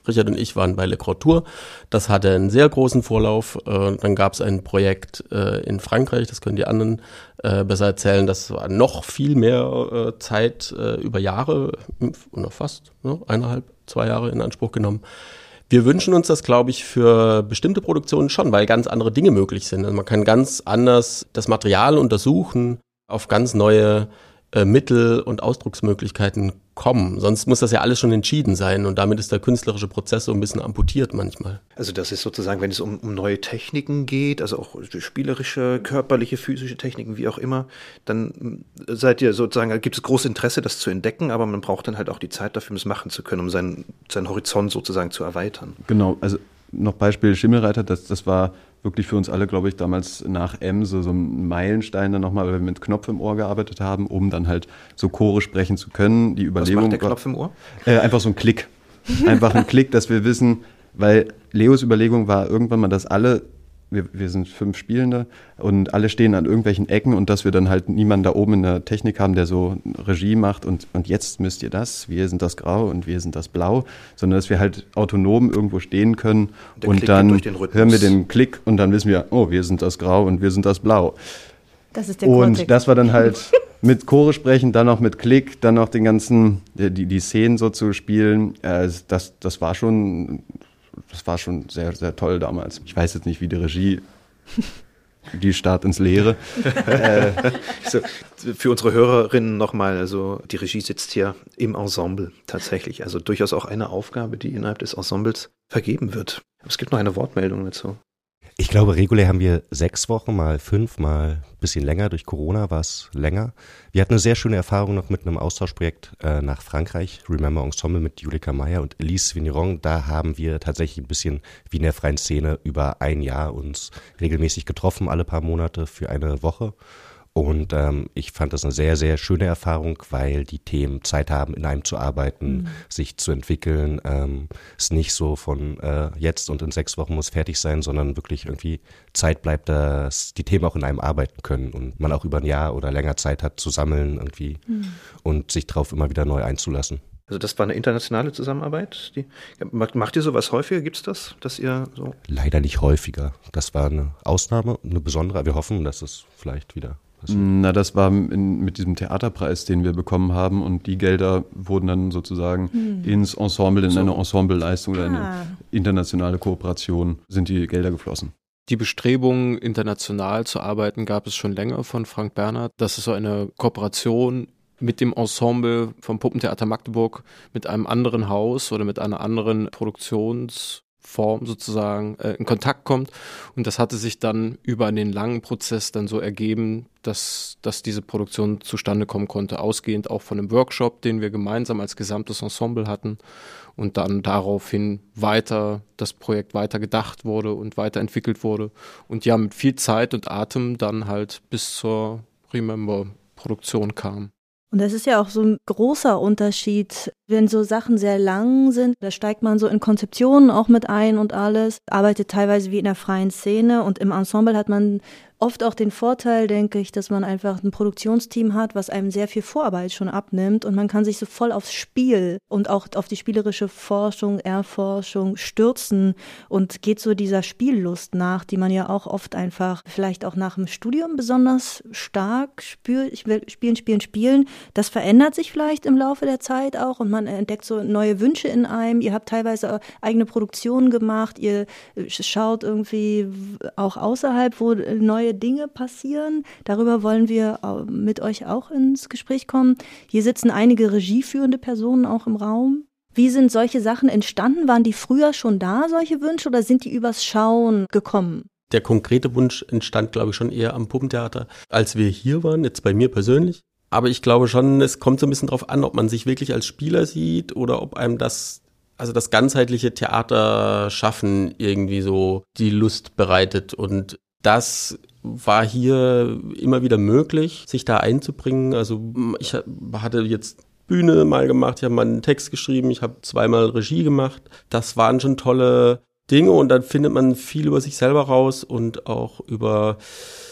Speaker 10: Richard und ich waren bei Le Grand Tour. Das hatte einen sehr großen Vorlauf. Dann gab es ein Projekt in Frankreich, das können die anderen besser erzählen. Das war noch viel mehr Zeit über Jahre, oder fast 1,5, 2 Jahre in Anspruch genommen. Wir wünschen uns das, glaube ich, für bestimmte Produktionen schon, weil ganz andere Dinge möglich sind. Also man kann ganz anders das Material untersuchen, auf ganz neue Mittel und Ausdrucksmöglichkeiten kommen. Sonst muss das ja alles schon entschieden sein und damit ist der künstlerische Prozess so ein bisschen amputiert manchmal.
Speaker 2: Also das ist sozusagen, wenn es um neue Techniken geht, also auch spielerische, körperliche, physische Techniken, wie auch immer, dann seid ihr sozusagen, gibt es großes Interesse, das zu entdecken, aber man braucht dann halt auch die Zeit dafür, um es machen zu können, um seinen Horizont sozusagen zu erweitern.
Speaker 8: Genau, also noch Beispiel Schimmelreiter, das war wirklich für uns alle, glaube ich, damals nach Emse so ein Meilenstein dann nochmal, weil wir mit Knopf im Ohr gearbeitet haben, um dann halt so Chore sprechen zu können. Die Überlegung,
Speaker 2: was macht der Knopf im Ohr?
Speaker 8: Einfach so ein Klick. Einfach ein Klick, dass wir wissen, weil Leos Überlegung war irgendwann mal, dass alle, wir sind 5 Spielende und alle stehen an irgendwelchen Ecken und dass wir dann halt niemanden da oben in der Technik haben, der so Regie macht und jetzt müsst ihr das, wir sind das Grau und wir sind das Blau, sondern dass wir halt autonom irgendwo stehen können und dann hören wir den Klick und dann wissen wir, oh, wir sind das Grau und wir sind das Blau.
Speaker 1: Das ist der Cortex.
Speaker 8: Und das war dann halt mit Chore sprechen, dann noch mit Klick, dann noch den ganzen, die Szenen so zu spielen, das war schon sehr, sehr toll damals. Ich weiß jetzt nicht, wie die Regie, die Start ins Leere.
Speaker 2: So, für unsere Hörerinnen nochmal, also die Regie sitzt hier im Ensemble tatsächlich. Also durchaus auch eine Aufgabe, die innerhalb des Ensembles vergeben wird. Aber es gibt noch eine Wortmeldung dazu.
Speaker 11: Ich glaube, regulär haben wir 6 Wochen, mal 5, mal ein bisschen länger. Durch Corona war es länger. Wir hatten eine sehr schöne Erfahrung noch mit einem Austauschprojekt nach Frankreich, Remember Ensemble mit Julika Meyer und Elise Vigneron. Da haben wir tatsächlich ein bisschen wie in der freien Szene über ein Jahr uns regelmäßig getroffen, alle paar Monate für eine Woche. Und ich fand das eine sehr, sehr schöne Erfahrung, weil die Themen Zeit haben, in einem zu arbeiten, sich zu entwickeln. Es nicht so von jetzt und in 6 Wochen muss fertig sein, sondern wirklich irgendwie Zeit bleibt, dass die Themen auch in einem arbeiten können und man auch über ein Jahr oder länger Zeit hat zu sammeln irgendwie und sich darauf immer wieder neu einzulassen.
Speaker 2: Also das war eine internationale Zusammenarbeit. Macht ihr sowas häufiger? Gibt es das, dass ihr so?
Speaker 11: Leider nicht häufiger. Das war eine Ausnahme, eine besondere. Wir hoffen, dass es vielleicht wieder passiert.
Speaker 8: Na, das war mit diesem Theaterpreis, den wir bekommen haben und die Gelder wurden dann sozusagen ins Ensemble, in eine Ensembleleistung oder eine internationale Kooperation sind die Gelder geflossen.
Speaker 4: Die Bestrebung, international zu arbeiten, gab es schon länger von Frank Bernhard. Das ist so eine Kooperation mit dem Ensemble vom Puppentheater Magdeburg, mit einem anderen Haus oder mit einer anderen Produktionsform sozusagen in Kontakt kommt. Und das hatte sich dann über den langen Prozess dann so ergeben, dass diese Produktion zustande kommen konnte, ausgehend auch von einem Workshop, den wir gemeinsam als gesamtes Ensemble hatten und dann daraufhin weiter das Projekt weiter gedacht wurde und weiterentwickelt wurde und ja mit viel Zeit und Atem dann halt bis zur Remember-Produktion kam.
Speaker 1: Und das ist ja auch so ein großer Unterschied, wenn so Sachen sehr lang sind, da steigt man so in Konzeptionen auch mit ein und alles, arbeitet teilweise wie in der freien Szene und im Ensemble hat man oft auch den Vorteil, denke ich, dass man einfach ein Produktionsteam hat, was einem sehr viel Vorarbeit schon abnimmt und man kann sich so voll aufs Spiel und auch auf die spielerische Forschung, Erforschung stürzen und geht so dieser Spiellust nach, die man ja auch oft einfach vielleicht auch nach dem Studium besonders stark spürt. Ich will spielen. Das verändert sich vielleicht im Laufe der Zeit auch und man entdeckt so neue Wünsche in einem. Ihr habt teilweise eigene Produktionen gemacht, ihr schaut irgendwie auch außerhalb, wo neue Dinge passieren. Darüber wollen wir mit euch auch ins Gespräch kommen. Hier sitzen einige regieführende Personen auch im Raum. Wie sind solche Sachen entstanden? Waren die früher schon da, solche Wünsche, oder sind die übers Schauen gekommen?
Speaker 10: Der konkrete Wunsch entstand, glaube ich, schon eher am Puppentheater, als wir hier waren, jetzt bei mir persönlich. Aber ich glaube schon, es kommt so ein bisschen drauf an, ob man sich wirklich als Spieler sieht oder ob einem das ganzheitliche Theaterschaffen irgendwie so die Lust bereitet. Und das war hier immer wieder möglich, sich da einzubringen. Also ich hatte jetzt Bühne mal gemacht, ich habe mal einen Text geschrieben, ich habe 2-mal Regie gemacht. Das waren schon tolle Dinge und dann findet man viel über sich selber raus und auch über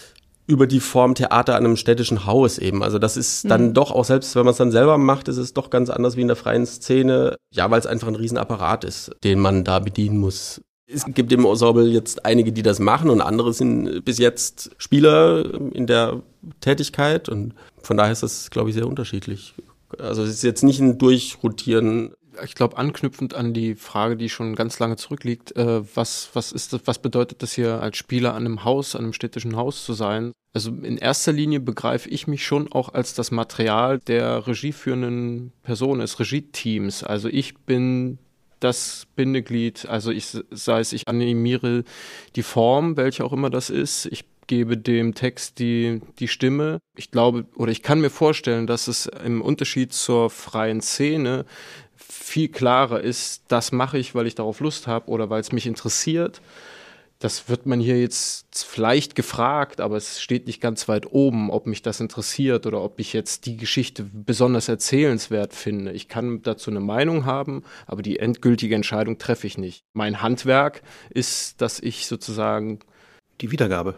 Speaker 10: über die Form Theater an einem städtischen Haus eben. Also das ist dann doch auch, selbst wenn man es dann selber macht, ist es doch ganz anders wie in der freien Szene. Ja, weil es einfach ein Riesenapparat ist, den man da bedienen muss. Es gibt im Ensemble jetzt einige, die das machen und andere sind bis jetzt Spieler in der Tätigkeit und von daher ist das, glaube ich, sehr unterschiedlich. Also es ist jetzt nicht ein Durchrotieren.
Speaker 4: Ich glaube, anknüpfend an die Frage, die schon ganz lange zurückliegt, was bedeutet das hier als Spieler an einem städtischen Haus zu sein? Also in erster Linie begreife ich mich schon auch als das Material der regieführenden Person, des Regie-Teams. Also ich bin das Bindeglied, also ich animiere die Form, welche auch immer das ist. Ich gebe dem Text die Stimme. Ich glaube, oder ich kann mir vorstellen, dass es im Unterschied zur freien Szene viel klarer ist, das mache ich, weil ich darauf Lust habe oder weil es mich interessiert. Das wird man hier jetzt vielleicht gefragt, aber es steht nicht ganz weit oben, ob mich das interessiert oder ob ich jetzt die Geschichte besonders erzählenswert finde. Ich kann dazu eine Meinung haben, aber die endgültige Entscheidung treffe ich nicht. Mein Handwerk ist, dass ich sozusagen
Speaker 2: Die Wiedergabe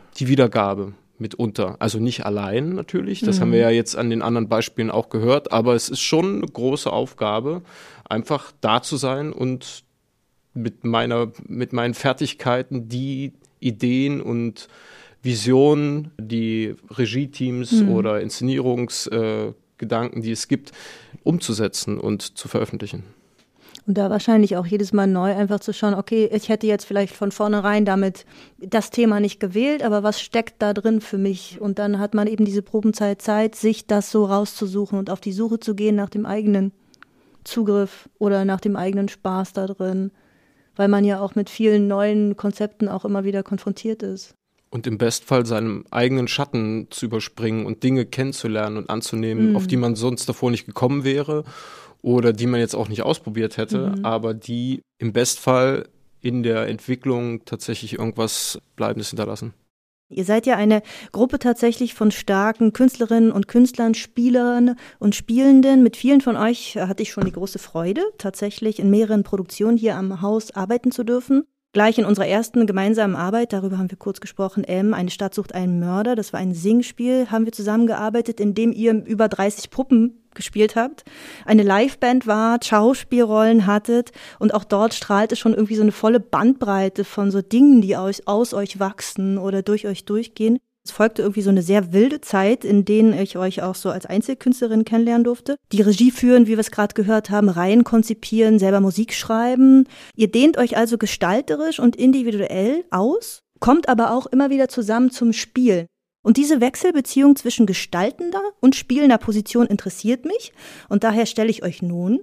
Speaker 4: mitunter. Also nicht allein natürlich, das haben wir ja jetzt an den anderen Beispielen auch gehört, aber es ist schon eine große Aufgabe, einfach da zu sein und mit meinen Fertigkeiten die Ideen und Visionen, die Regie-Teams oder Inszenierungsgedanken, die es gibt, umzusetzen und zu veröffentlichen.
Speaker 1: Und da wahrscheinlich auch jedes Mal neu einfach zu schauen, okay, ich hätte jetzt vielleicht von vornherein damit das Thema nicht gewählt, aber was steckt da drin für mich? Und dann hat man eben diese Probenzeit Zeit, sich das so rauszusuchen und auf die Suche zu gehen nach dem eigenen Zugriff oder nach dem eigenen Spaß da drin, weil man ja auch mit vielen neuen Konzepten auch immer wieder konfrontiert ist.
Speaker 4: Und im Bestfall seinem eigenen Schatten zu überspringen und Dinge kennenzulernen und anzunehmen, auf die man sonst davor nicht gekommen wäre oder die man jetzt auch nicht ausprobiert hätte, aber die im Bestfall in der Entwicklung tatsächlich irgendwas Bleibendes hinterlassen.
Speaker 1: Ihr seid ja eine Gruppe tatsächlich von starken Künstlerinnen und Künstlern, Spielern und Spielenden. Mit vielen von euch hatte ich schon die große Freude, tatsächlich in mehreren Produktionen hier am Haus arbeiten zu dürfen. Gleich in unserer ersten gemeinsamen Arbeit, darüber haben wir kurz gesprochen, Eine Stadt sucht einen Mörder, das war ein Singspiel, haben wir zusammengearbeitet, in dem ihr über 30 Puppen gespielt habt, eine Liveband wart, Schauspielrollen hattet und auch dort strahlte schon irgendwie so eine volle Bandbreite von so Dingen, die aus euch wachsen oder durch euch durchgehen. Es folgte irgendwie so eine sehr wilde Zeit, in denen ich euch auch so als Einzelkünstlerin kennenlernen durfte. Die Regie führen, wie wir es gerade gehört haben, Reihen konzipieren, selber Musik schreiben. Ihr dehnt euch also gestalterisch und individuell aus, kommt aber auch immer wieder zusammen zum Spielen. Und diese Wechselbeziehung zwischen gestaltender und spielender Position interessiert mich. Und daher stelle ich euch nun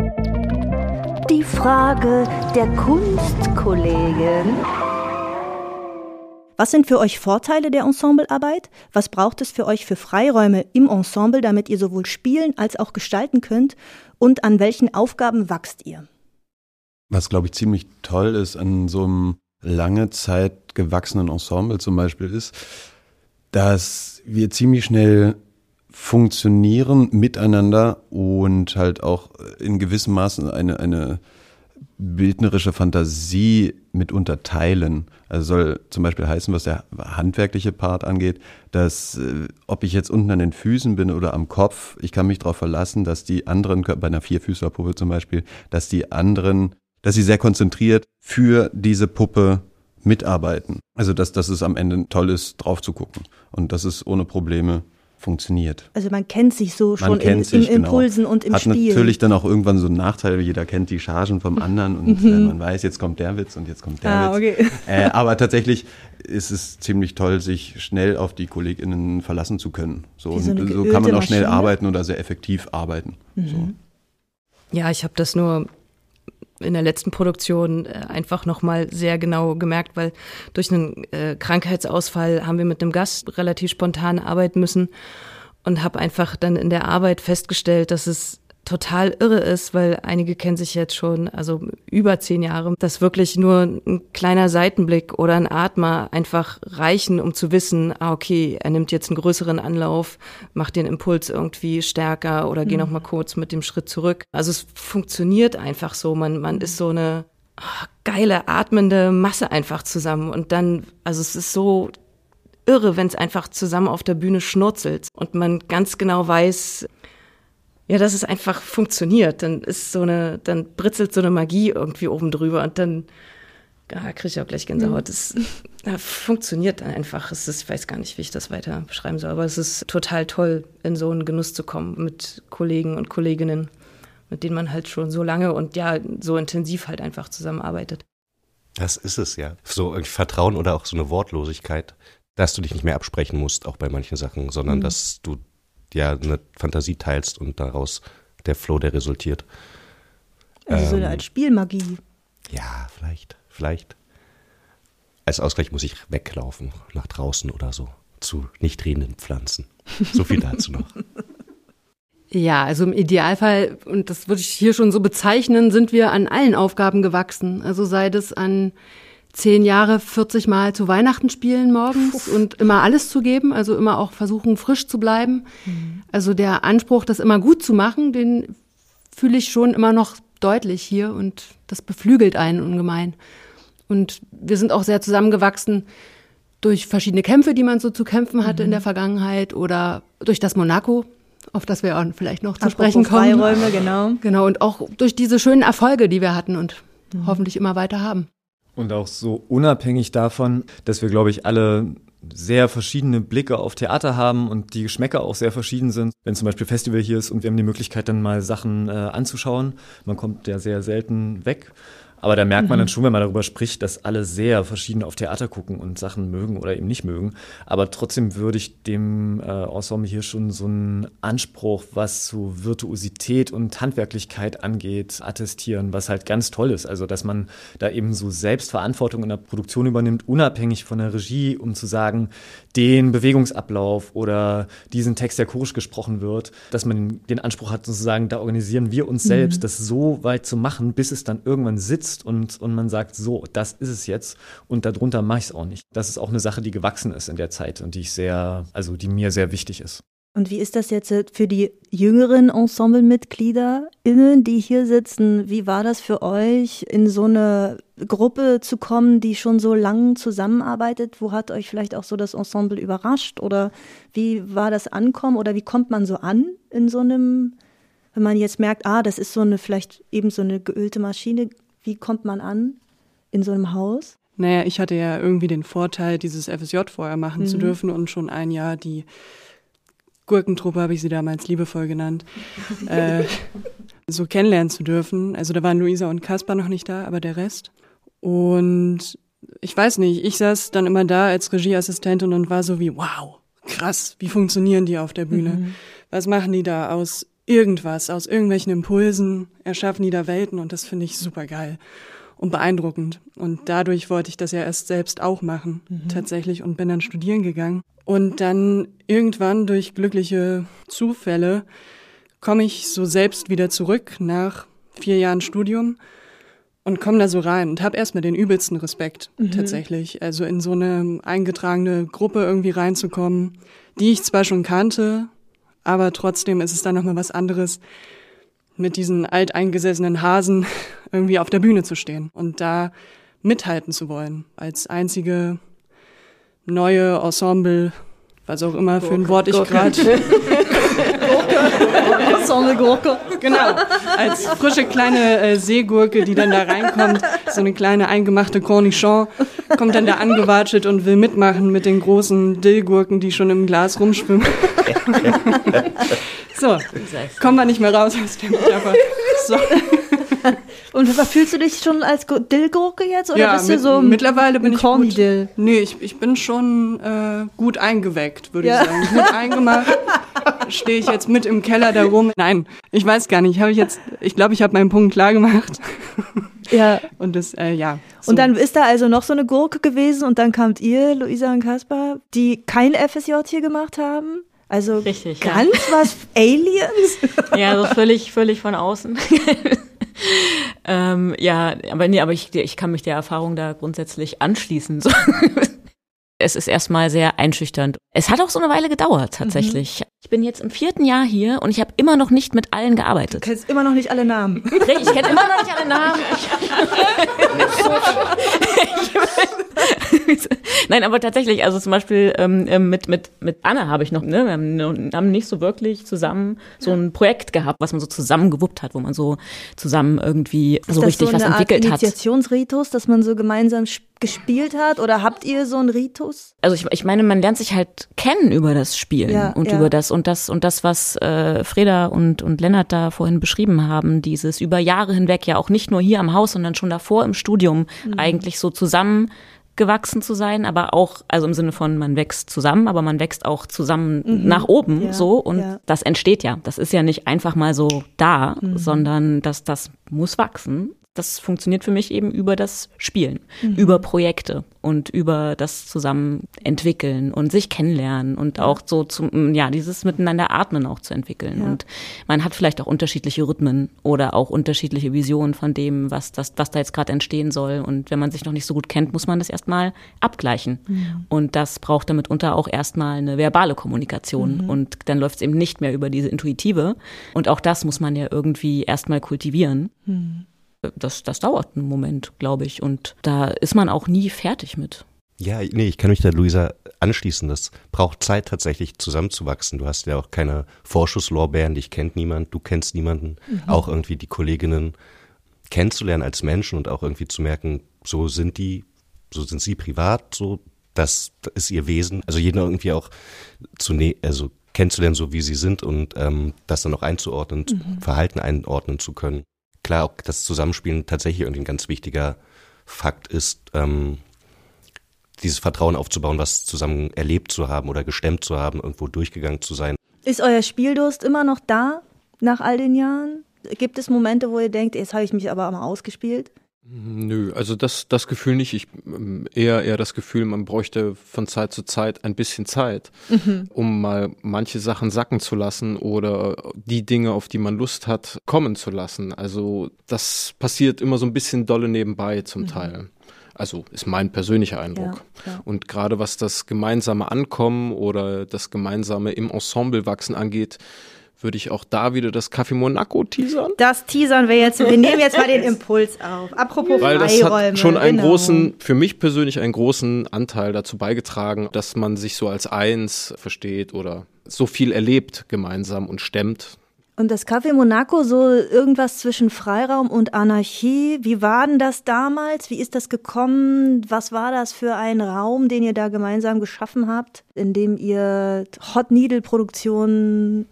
Speaker 13: die Frage der Kunstkollegin.
Speaker 1: Was sind für euch Vorteile der Ensemblearbeit? Was braucht es für euch für Freiräume im Ensemble, damit ihr sowohl spielen als auch gestalten könnt? Und an welchen Aufgaben wachst ihr?
Speaker 8: Was, glaube ich, ziemlich toll ist an so einem lange Zeit gewachsenen Ensemble zum Beispiel ist, dass wir ziemlich schnell funktionieren miteinander und halt auch in gewissem Maße eine bildnerische Fantasie mitunter teilen. Also soll zum Beispiel heißen, was der handwerkliche Part angeht, dass ob ich jetzt unten an den Füßen bin oder am Kopf, ich kann mich darauf verlassen, dass die anderen, bei einer Vierfüßlerpuppe zum Beispiel, dass sie sehr konzentriert für diese Puppe mitarbeiten. Also dass es am Ende toll ist, drauf zu gucken und dass es ohne Probleme funktioniert.
Speaker 1: Also man kennt sich so schon in Impulsen und im Spiel.
Speaker 8: Hat natürlich dann auch irgendwann so einen Nachteil, jeder kennt die Chargen vom anderen und man weiß, jetzt kommt der Witz und jetzt kommt der Witz. Okay. Aber tatsächlich ist es ziemlich toll, sich schnell auf die KollegInnen verlassen zu können. So kann man auch schnell arbeiten oder sehr effektiv arbeiten. So.
Speaker 7: Ja, ich habe das nur in der letzten Produktion einfach nochmal sehr genau gemerkt, weil durch einen Krankheitsausfall haben wir mit einem Gast relativ spontan arbeiten müssen und habe einfach dann in der Arbeit festgestellt, dass es total irre ist, weil einige kennen sich jetzt schon, also über 10 Jahre, dass wirklich nur ein kleiner Seitenblick oder ein Atmer einfach reichen, um zu wissen, okay, er nimmt jetzt einen größeren Anlauf, macht den Impuls irgendwie stärker oder geh noch mal kurz mit dem Schritt zurück. Also es funktioniert einfach so, man ist so eine geile, atmende Masse einfach zusammen und dann, also es ist so irre, wenn es einfach zusammen auf der Bühne schnurzelt und man ganz genau weiß, ja, dass es einfach funktioniert. Dann britzelt so eine Magie irgendwie oben drüber und dann kriege ich auch gleich Gänsehaut. Das funktioniert dann einfach. Ich weiß gar nicht, wie ich das weiter beschreiben soll, aber es ist total toll, in so einen Genuss zu kommen mit Kollegen und Kolleginnen, mit denen man halt schon so lange und ja, so intensiv halt einfach zusammenarbeitet.
Speaker 11: Das ist es, ja. So irgendwie Vertrauen oder auch so eine Wortlosigkeit, dass du dich nicht mehr absprechen musst, auch bei manchen Sachen, sondern dass du ja eine Fantasie teilst und daraus der Flow, der resultiert.
Speaker 1: Also so eine Art Spielmagie.
Speaker 11: Ja, vielleicht. Als Ausgleich muss ich weglaufen, nach draußen oder so, zu nicht redenden Pflanzen. So viel dazu noch.
Speaker 5: Ja, also im Idealfall, und das würde ich hier schon so bezeichnen, sind wir an allen Aufgaben gewachsen. Also sei das an 10 Jahre 40 Mal zu Weihnachten spielen morgens und immer alles zu geben, also immer auch versuchen, frisch zu bleiben. Also der Anspruch, das immer gut zu machen, den fühle ich schon immer noch deutlich hier und das beflügelt einen ungemein. Und wir sind auch sehr zusammengewachsen durch verschiedene Kämpfe, die man so zu kämpfen hatte in der Vergangenheit oder durch das Monaco, auf das wir auch vielleicht noch zu sprechen kommen.
Speaker 1: Freiräume, genau.
Speaker 5: Genau, und auch durch diese schönen Erfolge, die wir hatten und hoffentlich immer weiter haben.
Speaker 9: Und auch so unabhängig davon, dass wir, glaube ich, alle sehr verschiedene Blicke auf Theater haben und die Geschmäcker auch sehr verschieden sind. Wenn zum Beispiel Festival hier ist und wir haben die Möglichkeit, dann mal Sachen anzuschauen. Man kommt ja sehr selten weg. Aber da merkt man dann schon, wenn man darüber spricht, dass alle sehr verschieden auf Theater gucken und Sachen mögen oder eben nicht mögen. Aber trotzdem würde ich dem Ensemble hier schon so einen Anspruch, was so Virtuosität und Handwerklichkeit angeht, attestieren, was halt ganz toll ist. Also, dass man da eben so Selbstverantwortung in der Produktion übernimmt, unabhängig von der Regie, um zu sagen, den Bewegungsablauf oder diesen Text, der chorisch gesprochen wird, dass man den Anspruch hat, sozusagen, da organisieren wir uns selbst, das so weit zu machen, bis es dann irgendwann sitzt und man sagt, so, das ist es jetzt und darunter mache ich es auch nicht. Das ist auch eine Sache, die gewachsen ist in der Zeit und die mir sehr wichtig ist.
Speaker 1: Und wie ist das jetzt für die jüngeren EnsemblemitgliederInnen, die hier sitzen? Wie war das für euch, in so eine Gruppe zu kommen, die schon so lang zusammenarbeitet? Wo hat euch vielleicht auch so das Ensemble überrascht? Oder wie war das Ankommen? Oder wie kommt man so an in so einem, wenn man jetzt merkt, das ist so eine, vielleicht eben so eine geölte Maschine? Wie kommt man an in so einem Haus?
Speaker 3: Naja, ich hatte ja irgendwie den Vorteil, dieses FSJ vorher machen zu dürfen und schon ein Jahr die Gurkentruppe, habe ich sie damals liebevoll genannt, so kennenlernen zu dürfen. Also da waren Luisa und Kaspar noch nicht da, aber der Rest. Und ich weiß nicht, ich saß dann immer da als Regieassistentin und war so wie, wow, krass, wie funktionieren die auf der Bühne? Was machen die da aus irgendwas, aus irgendwelchen Impulsen, erschaffen die da Welten und das finde ich super geil und beeindruckend. Und dadurch wollte ich das ja erst selbst auch machen, tatsächlich, und bin dann studieren gegangen. Und dann irgendwann durch glückliche Zufälle komme ich so selbst wieder zurück nach 4 Jahren Studium und komme da so rein und habe erstmal den übelsten Respekt tatsächlich. Also in so eine eingetragene Gruppe irgendwie reinzukommen, die ich zwar schon kannte, aber trotzdem ist es dann nochmal was anderes, mit diesen alteingesessenen Hasen irgendwie auf der Bühne zu stehen und da mithalten zu wollen. Als einzige neue Ensemble, was auch immer für ein Wort ich gerade...
Speaker 1: Ensemble-Gurke.
Speaker 3: Genau, als frische kleine Seegurke, die dann da reinkommt, so eine kleine eingemachte Cornichon, kommt dann da angewatschelt und will mitmachen mit den großen Dillgurken, die schon im Glas rumschwimmen. So, kommen wir nicht mehr raus aus dem Metapher. So.
Speaker 1: Und fühlst du dich schon als Dillgurke jetzt? Oder
Speaker 3: Ja,
Speaker 1: bist du so
Speaker 3: mittlerweile bin ich gut.
Speaker 1: Dill?
Speaker 3: Nee, ich bin schon gut eingeweckt, würde ich sagen. Gut eingemacht. Stehe ich jetzt mit im Keller da rum? Nein, ich weiß gar nicht. Ich glaube, ich habe meinen Punkt klar gemacht.
Speaker 1: Ja.
Speaker 3: Und das, ja. So.
Speaker 1: Und dann ist da also noch so eine Gurke gewesen und dann kamt ihr, Luisa und Kaspar, die kein FSJ hier gemacht haben. Also
Speaker 6: Richtig,
Speaker 1: ganz was Aliens?
Speaker 6: Ja, so völlig von außen. Aber ich kann mich der Erfahrung da grundsätzlich anschließen. So. Es ist erstmal sehr einschüchternd. Es hat auch so eine Weile gedauert, tatsächlich. Ich bin jetzt im 4. Jahr hier und ich habe immer noch nicht mit allen gearbeitet.
Speaker 1: Du kennst immer noch nicht alle Namen.
Speaker 6: Ich kenne immer noch nicht alle Namen. Nein, aber tatsächlich, also zum Beispiel mit Anne habe ich noch, ne, wir haben nicht so wirklich zusammen so ein Projekt gehabt, was man so zusammen gewuppt hat, wo man so zusammen irgendwie so richtig was entwickelt hat.
Speaker 1: Ist das so eine Art Initiationsritus, dass man so gemeinsam gespielt hat, oder habt ihr so einen Ritus?
Speaker 6: Also ich meine, man lernt sich halt kennen über das Spielen über das, was Freda und Lennart da vorhin beschrieben haben, dieses über Jahre hinweg ja auch nicht nur hier am Haus, sondern schon davor im Studium eigentlich so zusammengewachsen zu sein, aber auch, also im Sinne von, man wächst zusammen, aber man wächst auch zusammen nach oben, das entsteht ja. Das ist ja nicht einfach mal so da, sondern das muss wachsen. Das funktioniert für mich eben über das Spielen, über Projekte und über das zusammen entwickeln und sich kennenlernen und auch so dieses Miteinander atmen auch zu entwickeln. Ja. Und man hat vielleicht auch unterschiedliche Rhythmen oder auch unterschiedliche Visionen von dem, was da jetzt gerade entstehen soll. Und wenn man sich noch nicht so gut kennt, muss man das erstmal abgleichen. Und das braucht dann mitunter auch erstmal eine verbale Kommunikation. Und dann läuft es eben nicht mehr über diese intuitive. Und auch das muss man ja irgendwie erstmal kultivieren. Das dauert einen Moment, glaube ich. Und da ist man auch nie fertig mit.
Speaker 11: Ja, nee, ich kann mich da Luisa anschließen. Das braucht Zeit, tatsächlich zusammenzuwachsen. Du hast ja auch keine Vorschusslorbeeren, dich kennt niemand, du kennst niemanden. Auch irgendwie die Kolleginnen kennenzulernen als Menschen und auch irgendwie zu merken, so sind sie privat, so, das ist ihr Wesen. Also jeden irgendwie auch kennenzulernen, so wie sie sind und das dann auch einzuordnen, Verhalten einordnen zu können. Klar, auch das Zusammenspielen tatsächlich irgendwie ein ganz wichtiger Fakt ist, dieses Vertrauen aufzubauen, was zusammen erlebt zu haben oder gestemmt zu haben, irgendwo durchgegangen zu sein.
Speaker 1: Ist euer Spieldurst immer noch da, nach all den Jahren? Gibt es Momente, wo ihr denkt, jetzt habe ich mich aber mal ausgespielt?
Speaker 4: Nö, also das Gefühl nicht. Ich eher das Gefühl, man bräuchte von Zeit zu Zeit ein bisschen Zeit, um mal manche Sachen sacken zu lassen oder die Dinge, auf die man Lust hat, kommen zu lassen. Also das passiert immer so ein bisschen dolle nebenbei zum Teil. Also ist mein persönlicher Eindruck. Ja. Und gerade was das gemeinsame Ankommen oder das gemeinsame im Ensemble wachsen angeht, würde ich auch da wieder das Café Monaco teasern.
Speaker 1: Das teasern wir jetzt. Wir nehmen jetzt mal den Impuls auf. Apropos
Speaker 4: Weil
Speaker 1: Freiräume.
Speaker 4: Das hat schon für mich persönlich einen großen Anteil dazu beigetragen, dass man sich so als eins versteht oder so viel erlebt gemeinsam und stemmt.
Speaker 1: Und das Café Monaco, so irgendwas zwischen Freiraum und Anarchie. Wie war denn das damals? Wie ist das gekommen? Was war das für ein Raum, den ihr da gemeinsam geschaffen habt, in dem ihr Hot Needle Produktionen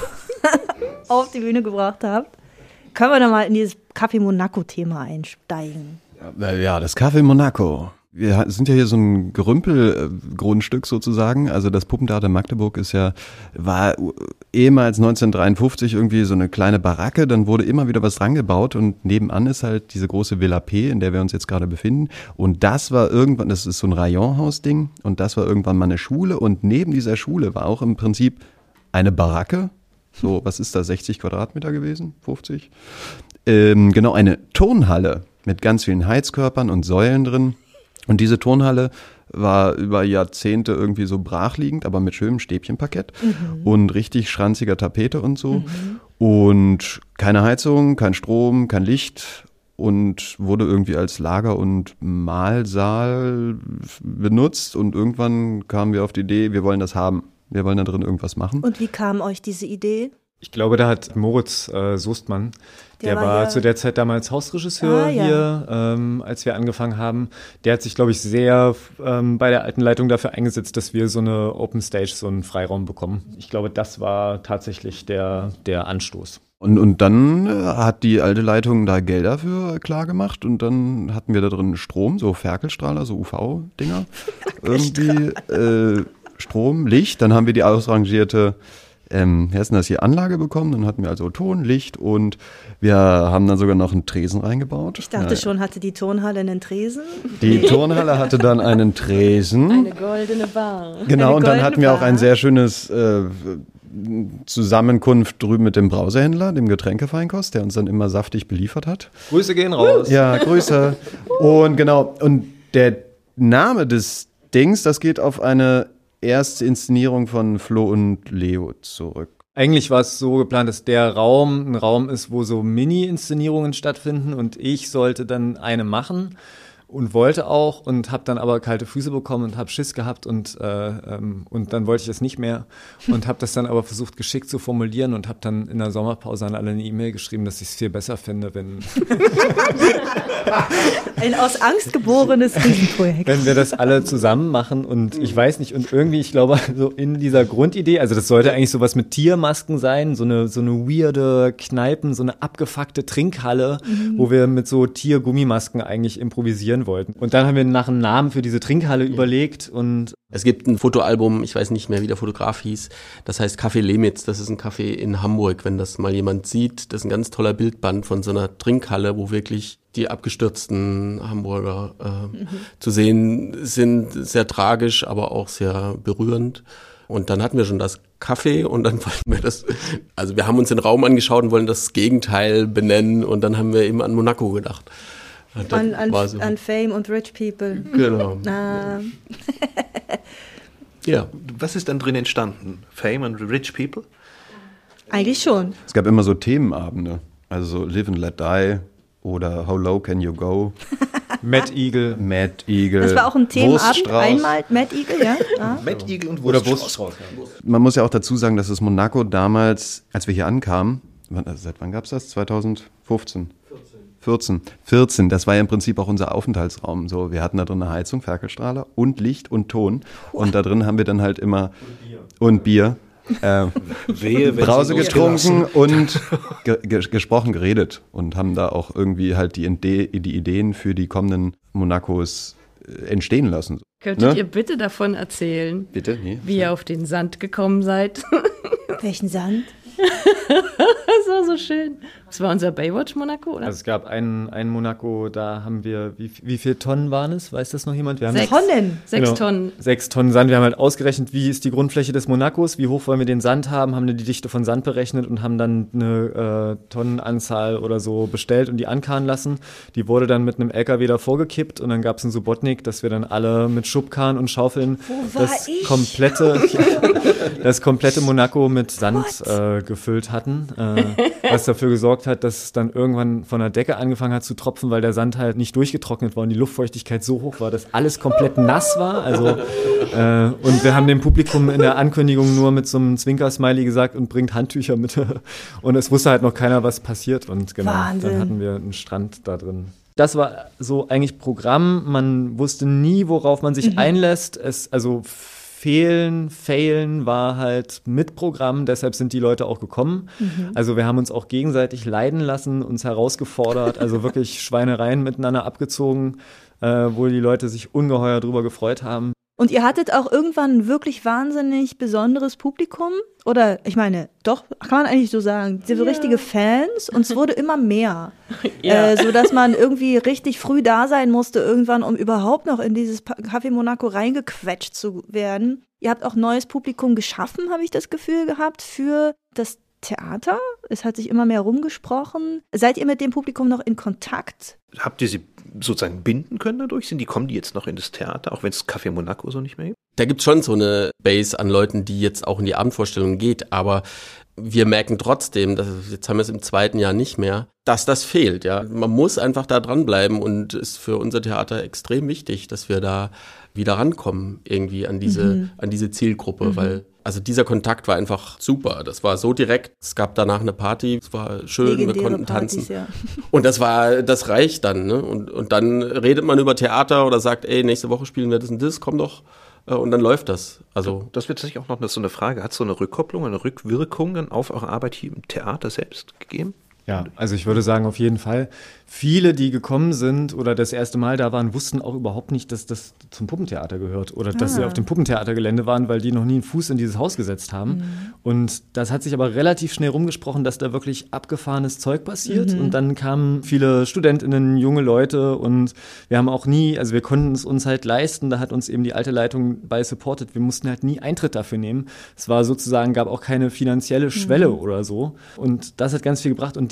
Speaker 1: auf die Bühne gebracht habt? Können wir da mal in dieses Café Monaco-Thema einsteigen?
Speaker 8: Ja, das Café Monaco. Wir sind ja hier so ein Gerümpelgrundstück sozusagen. Also das Puppentheater Magdeburg war ehemals 1953 irgendwie so eine kleine Baracke. Dann wurde immer wieder was dran gebaut und nebenan ist halt diese große Villa P, in der wir uns jetzt gerade befinden. Und das war irgendwann, das ist so ein Rayonhaus-Ding und das war irgendwann mal eine Schule und neben dieser Schule war auch im Prinzip eine Baracke. So, was ist da, 60 Quadratmeter gewesen? 50? Genau, eine Turnhalle mit ganz vielen Heizkörpern und Säulen drin. Und diese Turnhalle war über Jahrzehnte irgendwie so brachliegend, aber mit schönem Stäbchenparkett und richtig schranziger Tapete und so. Und keine Heizung, kein Strom, kein Licht und wurde irgendwie als Lager- und Mahlsaal benutzt. Und irgendwann kamen wir auf die Idee, wir wollen das haben. Wir wollen da drin irgendwas machen.
Speaker 1: Und wie kam euch diese Idee?
Speaker 9: Ich glaube, da hat Moritz Soestmann, der war zu der Zeit damals Hausregisseur hier, als wir angefangen haben. Der hat sich, glaube ich, sehr bei der alten Leitung dafür eingesetzt, dass wir so eine Open Stage, so einen Freiraum bekommen. Ich glaube, das war tatsächlich der Anstoß.
Speaker 8: Und dann hat die alte Leitung da Gelder für klar gemacht und dann hatten wir da drin Strom, so Ferkelstrahler, so UV-Dinger. Irgendwie Strom, Licht, dann haben wir die ausrangierte Anlage bekommen, dann hatten wir also Ton, Licht und wir haben dann sogar noch einen Tresen reingebaut.
Speaker 1: Ich dachte schon, hatte die Turnhalle einen Tresen?
Speaker 8: Die Turnhalle hatte dann einen Tresen.
Speaker 1: Eine goldene Bar.
Speaker 8: Genau, und dann hatten wir auch ein sehr schönes Zusammenkunft drüben mit dem Brausehändler, dem Getränkefeinkost, der uns dann immer saftig beliefert hat.
Speaker 9: Grüße gehen raus.
Speaker 8: Ja, Grüße. Und genau, und der Name des Dings, das geht auf eine erste Inszenierung von Flo und Leo zurück?
Speaker 9: Eigentlich war es so geplant, dass der Raum ein Raum ist, wo so Mini-Inszenierungen stattfinden und ich sollte dann eine machen und wollte auch und habe dann aber kalte Füße bekommen und habe Schiss gehabt und dann wollte ich das nicht mehr und habe das dann aber versucht geschickt zu formulieren und habe dann in der Sommerpause an alle eine E-Mail geschrieben, dass ich es viel besser finde, wenn
Speaker 1: ein aus Angst geborenes Riesenprojekt.
Speaker 9: Wenn wir das alle zusammen machen und ich weiß nicht und irgendwie, ich glaube, so in dieser Grundidee, also das sollte eigentlich sowas mit Tiermasken sein, so eine weirde Kneipen, so eine abgefuckte Trinkhalle, wo wir mit so Tiergummimasken eigentlich improvisieren wollten. Und dann haben wir nach einem Namen für diese Trinkhalle überlegt und
Speaker 10: es gibt ein Fotoalbum, ich weiß nicht mehr, wie der Fotograf hieß, das heißt Café Lemitz, das ist ein Café in Hamburg, wenn das mal jemand sieht, das ist ein ganz toller Bildband von so einer Trinkhalle, wo wirklich die abgestürzten Hamburger zu sehen sind, sehr tragisch, aber auch sehr berührend. Und dann hatten wir schon das Café und dann wollten wir das, also wir haben uns den Raum angeschaut und wollen das Gegenteil benennen und dann haben wir eben an Monaco gedacht.
Speaker 1: An Fame und Rich People.
Speaker 10: Genau.
Speaker 2: Ja. Was ist dann drin entstanden? Fame and Rich People?
Speaker 1: Eigentlich schon.
Speaker 8: Es gab immer so Themenabende, also so Live and Let Die oder How Low Can You Go?
Speaker 9: Mad Eagle.
Speaker 1: Das war auch ein Themenabend, einmal Mad Eagle, ja?
Speaker 2: Mad Eagle und
Speaker 9: Wurststrauß.
Speaker 8: Man muss ja auch dazu sagen, dass es Monaco damals, als wir hier ankamen, seit wann gab es das? 2015? 14. Das war ja im Prinzip auch unser Aufenthaltsraum. So, wir hatten da drin eine Heizung, Ferkelstrahler und Licht und Ton. Und da drin haben wir dann halt immer und Bier. Brause getrunken und gesprochen, geredet und haben da auch irgendwie halt die Ideen für die kommenden Monacos entstehen lassen.
Speaker 7: Könntet ihr bitte davon erzählen,
Speaker 8: bitte? Nee.
Speaker 7: Wie ihr auf den Sand gekommen seid?
Speaker 1: Welchen Sand?
Speaker 7: Das war so schön. Das war unser Baywatch Monaco, oder?
Speaker 9: Also es gab ein Monaco, da haben wir, wie viele Tonnen waren es? Weiß das noch jemand? Wir haben
Speaker 7: 6
Speaker 1: Tonnen.
Speaker 7: 6 Tonnen.
Speaker 9: 6 Tonnen Sand. Wir haben halt ausgerechnet, wie ist die Grundfläche des Monacos, wie hoch wollen wir den Sand haben, haben die Dichte von Sand berechnet und haben dann eine Tonnenanzahl oder so bestellt und die ankarren lassen. Die wurde dann mit einem LKW davor gekippt und dann gab es einen Subotnik, dass wir dann alle mit Schubkarren und Schaufeln das komplette Monaco mit Sand gefüllt hatten, was dafür gesorgt hat, dass es dann irgendwann von der Decke angefangen hat zu tropfen, weil der Sand halt nicht durchgetrocknet war und die Luftfeuchtigkeit so hoch war, dass alles komplett nass war. Also und wir haben dem Publikum in der Ankündigung nur mit so einem Zwinker-Smiley gesagt und bringt Handtücher mit. Und es wusste halt noch keiner, was passiert. Und genau,
Speaker 1: Wahnsinn.
Speaker 9: Dann hatten wir einen Strand da drin. Das war so eigentlich Programm. Man wusste nie, worauf man sich einlässt. Failen war halt mit Programm, deshalb sind die Leute auch gekommen. Also wir haben uns auch gegenseitig leiden lassen, uns herausgefordert, also wirklich Schweinereien miteinander abgezogen, wo die Leute sich ungeheuer drüber gefreut haben.
Speaker 1: Und ihr hattet auch irgendwann ein wirklich wahnsinnig besonderes Publikum? Oder, ich meine, doch, kann man eigentlich so sagen, diese richtige Fans und es wurde immer mehr. Sodass man irgendwie richtig früh da sein musste irgendwann, um überhaupt noch in dieses Café Monaco reingequetscht zu werden. Ihr habt auch neues Publikum geschaffen, habe ich das Gefühl gehabt, für das Theater. Es hat sich immer mehr rumgesprochen. Seid ihr mit dem Publikum noch in Kontakt?
Speaker 2: Habt ihr sie sozusagen binden können dadurch? Kommen die jetzt noch in das Theater, auch wenn es Café Monaco so nicht mehr gibt?
Speaker 10: Da gibt es schon so eine Base an Leuten, die jetzt auch in die Abendvorstellung geht, aber wir merken trotzdem, jetzt haben wir es im 2. Jahr nicht mehr, dass das fehlt. Ja, man muss einfach da dranbleiben und ist für unser Theater extrem wichtig, dass wir da wieder rankommen irgendwie an diese Zielgruppe, weil also dieser Kontakt war einfach super. Das war so direkt. Es gab danach eine Party, es war schön,
Speaker 1: legendäre
Speaker 10: wir konnten
Speaker 1: Partys,
Speaker 10: tanzen.
Speaker 1: ja.
Speaker 10: Und das reicht dann, ne? Und dann redet man über Theater oder sagt, ey, nächste Woche spielen wir das und das, komm doch. Und dann läuft das. Also
Speaker 2: das wird sicher auch noch so eine Frage. Hat es so eine Rückkopplung, eine Rückwirkung dann auf eure Arbeit hier im Theater selbst gegeben?
Speaker 9: Ja, also ich würde sagen, auf jeden Fall. Viele, die gekommen sind oder das erste Mal da waren, wussten auch überhaupt nicht, dass das zum Puppentheater gehört oder dass sie auf dem Puppentheatergelände waren, weil die noch nie einen Fuß in dieses Haus gesetzt haben. Und das hat sich aber relativ schnell rumgesprochen, dass da wirklich abgefahrenes Zeug passiert. Und dann kamen viele StudentInnen, junge Leute und wir haben auch nie, also wir konnten es uns halt leisten, da hat uns eben die alte Leitung bei supported. Wir mussten halt nie Eintritt dafür nehmen. Es war sozusagen, gab auch keine finanzielle Schwelle oder so. Und das hat ganz viel gebracht. Und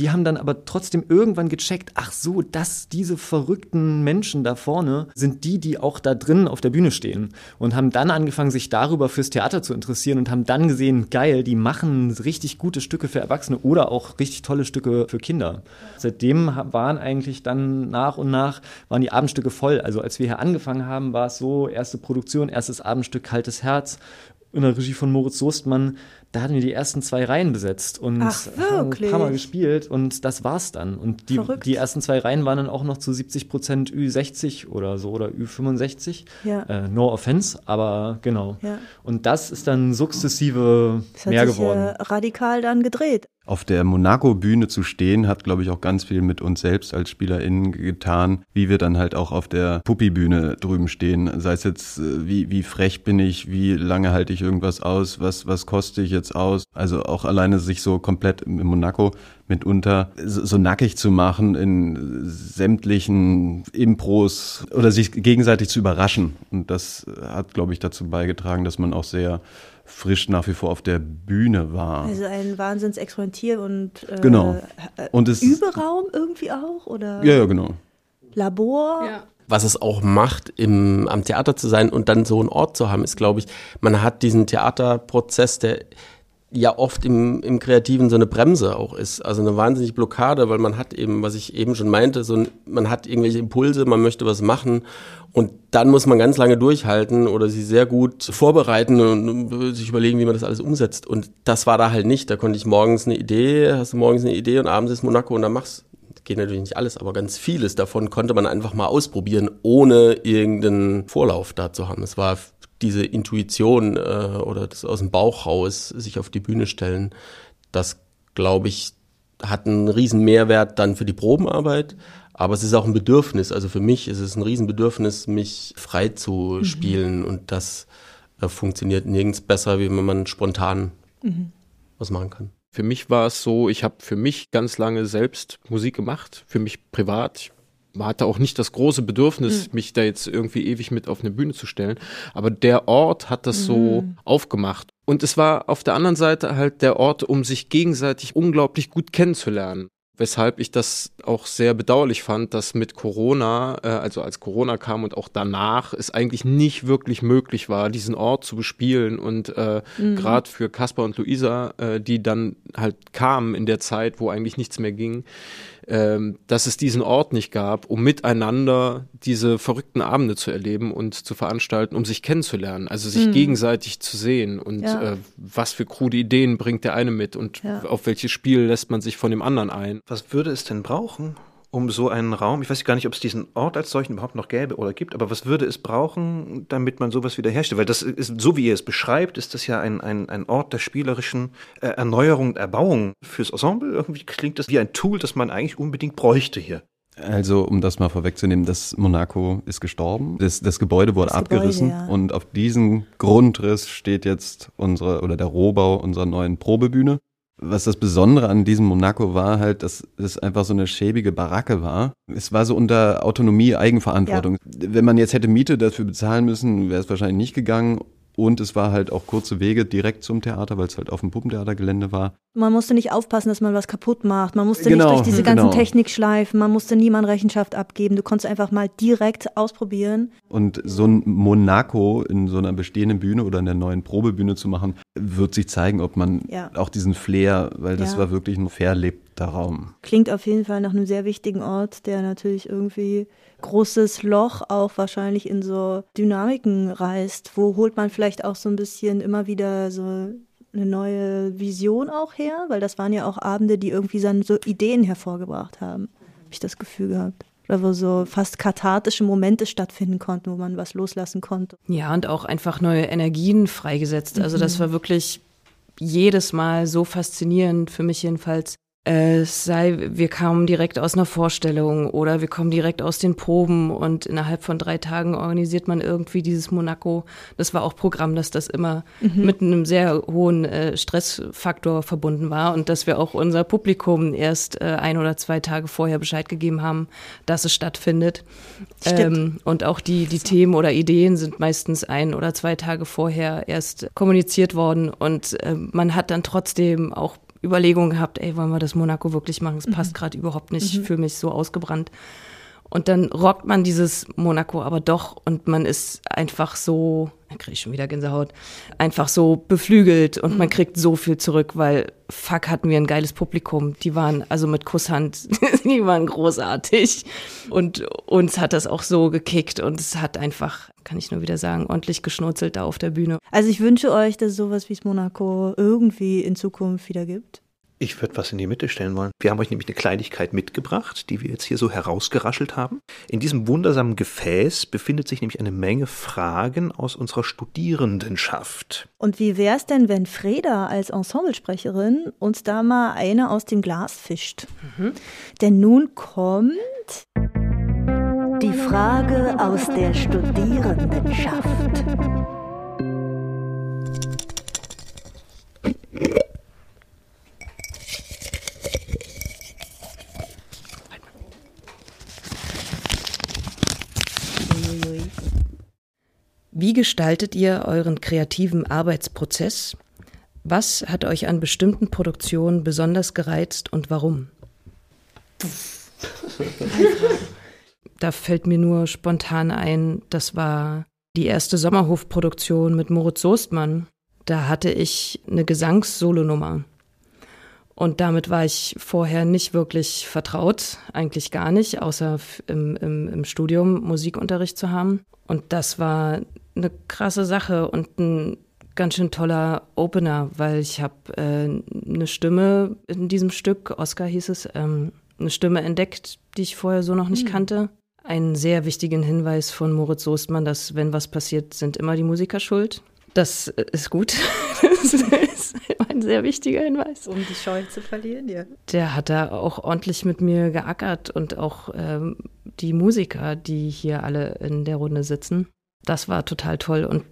Speaker 9: die haben dann aber trotzdem irgendwann gecheckt, ach so, diese verrückten Menschen da vorne sind die auch da drin auf der Bühne stehen und haben dann angefangen, sich darüber fürs Theater zu interessieren und haben dann gesehen, geil, die machen richtig gute Stücke für Erwachsene oder auch richtig tolle Stücke für Kinder. Seitdem waren eigentlich dann nach und nach waren die Abendstücke voll. Also als wir hier angefangen haben, war es so, erste Produktion, erstes Abendstück Kaltes Herz in der Regie von Moritz Soestmann. Da hatten wir die ersten 2 Reihen besetzt und haben ein paar Mal gespielt und das war's dann. Und die ersten 2 Reihen waren dann auch noch zu 70% Ü60 oder so oder Ü65. Ja. No offense, aber genau. Ja. Und das ist dann sukzessive mehr geworden.
Speaker 1: Das hat sich radikal dann gedreht.
Speaker 8: Auf der Monaco-Bühne zu stehen, hat, glaube ich, auch ganz viel mit uns selbst als SpielerInnen getan, wie wir dann halt auch auf der Puppi-Bühne drüben stehen. Sei es jetzt, wie frech bin ich, wie lange halte ich irgendwas aus, was koste ich jetzt aus. Also auch alleine sich so komplett in Monaco mitunter so nackig zu machen in sämtlichen Impros oder sich gegenseitig zu überraschen. Und das hat, glaube ich, dazu beigetragen, dass man auch sehr frisch nach wie vor auf der Bühne war.
Speaker 1: Also ein Wahnsinns-Experimentier- und,
Speaker 8: genau. Und
Speaker 1: Überraum irgendwie auch? Oder?
Speaker 8: Ja, genau.
Speaker 1: Labor?
Speaker 10: Ja. Was es auch macht, am Theater zu sein und dann so einen Ort zu haben, ist, glaube ich, man hat diesen Theaterprozess, der ja oft im Kreativen so eine Bremse auch ist, also eine wahnsinnige Blockade, weil man hat eben, was ich eben schon meinte, man hat irgendwelche Impulse, man möchte was machen und dann muss man ganz lange durchhalten oder sie sehr gut vorbereiten und sich überlegen, wie man das alles umsetzt und das war da halt nicht, da konnte ich morgens eine Idee und abends ist Monaco und dann geht natürlich nicht alles, aber ganz vieles davon konnte man einfach mal ausprobieren, ohne irgendeinen Vorlauf da zu haben. Es war diese Intuition oder das aus dem Bauch raus sich auf die Bühne stellen, das, glaube ich, hat einen riesen Mehrwert dann für die Probenarbeit, aber es ist auch ein Bedürfnis. Also für mich ist es ein Riesenbedürfnis, mich frei zu spielen und das funktioniert nirgends besser, wie wenn man spontan was machen kann.
Speaker 4: Für mich war es so, ich habe für mich ganz lange selbst Musik gemacht, für mich privat. Man hatte auch nicht das große Bedürfnis, mich da jetzt irgendwie ewig mit auf eine Bühne zu stellen. Aber der Ort hat das so aufgemacht. Und es war auf der anderen Seite halt der Ort, um sich gegenseitig unglaublich gut kennenzulernen. Weshalb ich das auch sehr bedauerlich fand, dass mit Corona, also als Corona kam und auch danach, es eigentlich nicht wirklich möglich war, diesen Ort zu bespielen. Und gerade für Caspar und Luisa, die dann halt kamen in der Zeit, wo eigentlich nichts mehr ging, dass es diesen Ort nicht gab, um miteinander diese verrückten Abende zu erleben und zu veranstalten, um sich kennenzulernen, also sich gegenseitig zu sehen und was für krude Ideen bringt der eine mit und auf welches Spiel lässt man sich von dem anderen ein.
Speaker 2: Was würde es denn brauchen, um so einen Raum, ich weiß gar nicht, ob es diesen Ort als solchen überhaupt noch gäbe oder gibt, aber was würde es brauchen, damit man sowas wieder herstellt? Weil das ist, so wie ihr es beschreibt, ist das ja ein Ort der spielerischen Erneuerung und Erbauung fürs Ensemble. Irgendwie klingt das wie ein Tool, das man eigentlich unbedingt bräuchte hier.
Speaker 8: Also, um das mal vorwegzunehmen, das Monaco ist gestorben. Das Gebäude wurde abgerissen und auf diesen Grundriss steht jetzt der Rohbau unserer neuen Probebühne. Was das Besondere an diesem Monaco war halt, dass es einfach so eine schäbige Baracke war. Es war so unter Autonomie, Eigenverantwortung. Ja. Wenn man jetzt hätte Miete dafür bezahlen müssen, wäre es wahrscheinlich nicht gegangen. Und es war halt auch kurze Wege direkt zum Theater, weil es halt auf dem Puppentheatergelände war.
Speaker 1: Man musste nicht aufpassen, dass man was kaputt macht. Man musste nicht durch diese ganzen Technikschleifen. Man musste niemand Rechenschaft abgeben. Du konntest einfach mal direkt ausprobieren.
Speaker 8: Und so ein Monaco in so einer bestehenden Bühne oder in der neuen Probebühne zu machen, wird sich zeigen, ob man auch diesen Flair, weil das war wirklich ein verlebter Raum.
Speaker 1: Klingt auf jeden Fall nach einem sehr wichtigen Ort, der natürlich irgendwie großes Loch auch wahrscheinlich in so Dynamiken reißt. Wo holt man vielleicht auch so ein bisschen immer wieder so eine neue Vision auch her? Weil das waren ja auch Abende, die irgendwie dann so Ideen hervorgebracht haben, habe ich das Gefühl gehabt. Oder wo so fast kathartische Momente stattfinden konnten, wo man was loslassen konnte.
Speaker 7: Ja, und auch einfach neue Energien freigesetzt. Also das war wirklich jedes Mal so faszinierend, für mich jedenfalls. Wir kamen direkt aus einer Vorstellung oder wir kommen direkt aus den Proben und innerhalb von 3 Tagen organisiert man irgendwie dieses Monaco. Das war auch Programm, dass das immer mit einem sehr hohen Stressfaktor verbunden war und dass wir auch unser Publikum erst 1 oder 2 Tage vorher Bescheid gegeben haben, dass es stattfindet. Und auch die Themen oder Ideen sind meistens 1 oder 2 Tage vorher erst kommuniziert worden und man hat dann trotzdem auch Überlegungen gehabt, wollen wir das Monaco wirklich machen? Es passt gerade überhaupt nicht, ich fühle mich so ausgebrannt. Und dann rockt man dieses Monaco aber doch und man ist einfach so, dann kriege ich schon wieder Gänsehaut, einfach so beflügelt und man kriegt so viel zurück, weil hatten wir ein geiles Publikum. Die waren also mit Kusshand, die waren großartig und uns hat das auch so gekickt und es hat einfach, kann ich nur wieder sagen, ordentlich geschnurzelt da auf der Bühne.
Speaker 1: Also ich wünsche euch, dass es sowas wie das Monaco irgendwie in Zukunft wieder gibt.
Speaker 2: Ich würde was in die Mitte stellen wollen. Wir haben euch nämlich eine Kleinigkeit mitgebracht, die wir jetzt hier so herausgeraschelt haben. In diesem wundersamen Gefäß befindet sich nämlich eine Menge Fragen aus unserer Studierendenschaft.
Speaker 1: Und wie wäre es denn, wenn Freda als Ensemblesprecherin uns da mal eine aus dem Glas fischt? Denn nun kommt
Speaker 13: die Frage aus der Studierendenschaft.
Speaker 7: Wie gestaltet ihr euren kreativen Arbeitsprozess? Was hat euch an bestimmten Produktionen besonders gereizt und warum? Da fällt mir nur spontan ein, das war die erste Sommerhofproduktion mit Moritz Soestmann. Da hatte ich eine Gesangssolonummer. Und damit war ich vorher nicht wirklich vertraut, eigentlich gar nicht, außer im Studium Musikunterricht zu haben. Und das war eine krasse Sache und ein ganz schön toller Opener, weil ich habe eine Stimme in diesem Stück, Oscar hieß es, eine Stimme entdeckt, die ich vorher so noch nicht kannte. Einen sehr wichtigen Hinweis von Moritz Soestmann, dass wenn was passiert, sind immer die Musiker schuld. Das ist gut. Das ist ein sehr wichtiger Hinweis.
Speaker 1: Um die Scheu zu verlieren, ja.
Speaker 7: Der hat da auch ordentlich mit mir geackert und auch die Musiker, die hier alle in der Runde sitzen. Das war total toll und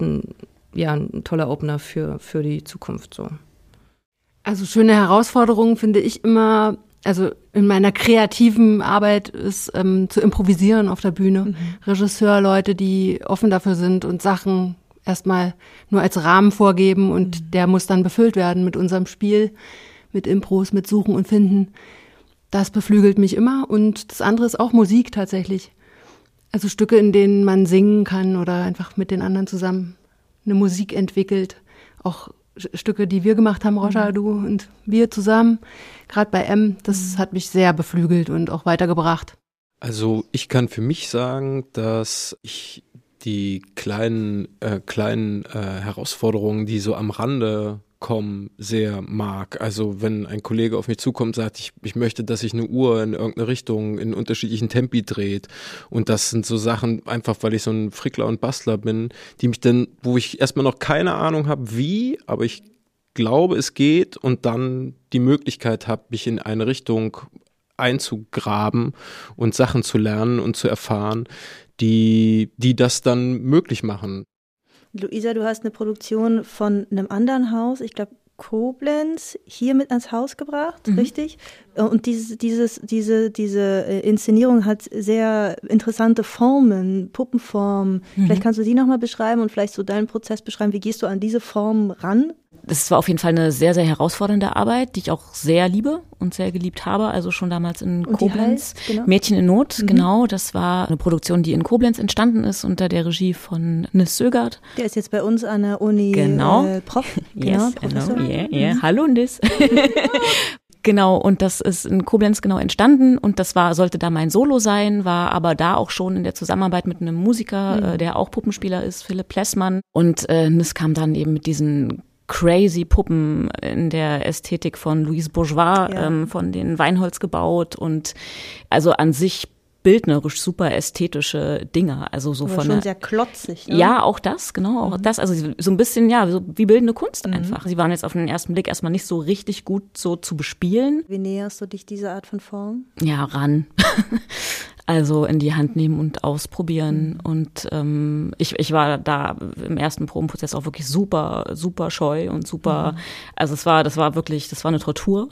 Speaker 7: ein toller Opener für die Zukunft. So.
Speaker 5: Also schöne Herausforderungen finde ich immer, also in meiner kreativen Arbeit ist zu improvisieren auf der Bühne. Regisseur, Leute, die offen dafür sind und Sachen erstmal nur als Rahmen vorgeben und der muss dann befüllt werden mit unserem Spiel, mit Impros, mit Suchen und Finden. Das beflügelt mich immer und das andere ist auch Musik tatsächlich. Also Stücke, in denen man singen kann oder einfach mit den anderen zusammen eine Musik entwickelt. Auch Stücke, die wir gemacht haben, Roger, du und wir zusammen, gerade bei M, das hat mich sehr beflügelt und auch weitergebracht.
Speaker 4: Also ich kann für mich sagen, dass ich die kleinen Herausforderungen, die so am Rande kommen, sehr mag. Also wenn ein Kollege auf mich zukommt und sagt, ich möchte, dass sich eine Uhr in irgendeine Richtung in unterschiedlichen Tempi dreht und das sind so Sachen, einfach weil ich so ein Frickler und Bastler bin, die mich dann, wo ich erstmal noch keine Ahnung habe, wie, aber ich glaube, es geht und dann die Möglichkeit habe, mich in eine Richtung einzugraben und Sachen zu lernen und zu erfahren, die das dann möglich machen.
Speaker 1: Luisa, du hast eine Produktion von einem anderen Haus, ich glaube Koblenz, hier mit ans Haus gebracht, richtig? Und diese Inszenierung hat sehr interessante Formen, Puppenformen. Vielleicht kannst du die nochmal beschreiben und vielleicht so deinen Prozess beschreiben. Wie gehst du an diese Formen ran?
Speaker 6: Das war auf jeden Fall eine sehr, sehr herausfordernde Arbeit, die ich auch sehr liebe und sehr geliebt habe. Also schon damals in Koblenz.
Speaker 1: Genau?
Speaker 6: Mädchen in Not, genau. Das war eine Produktion, die in Koblenz entstanden ist unter der Regie von Nis Sögert.
Speaker 1: Der ist jetzt bei uns an der Uni Prof.
Speaker 6: Yes, Professor. Hallo Nis. Genau, und das ist in Koblenz genau entstanden und das sollte da mein Solo sein, war aber da auch schon in der Zusammenarbeit mit einem Musiker, der auch Puppenspieler ist, Philipp Plessmann. Und Nis kam dann eben mit diesen crazy Puppen in der Ästhetik von Louise Bourgeois, von den Weinholz gebaut und also an sich bildnerisch super ästhetische Dinger, also so
Speaker 1: aber
Speaker 6: von
Speaker 1: schon sehr klotzig, ne?
Speaker 6: Ja, auch das, genau, auch das, also so ein bisschen, so wie bildende Kunst einfach. Sie waren jetzt auf den ersten Blick erstmal nicht so richtig gut so zu bespielen.
Speaker 1: Wie näherst du dich dieser Art von Form?
Speaker 6: Ja, ran. Also in die Hand nehmen und ausprobieren. Und ich war da im ersten Probenprozess auch wirklich super, super scheu und super, also das war eine Tortur.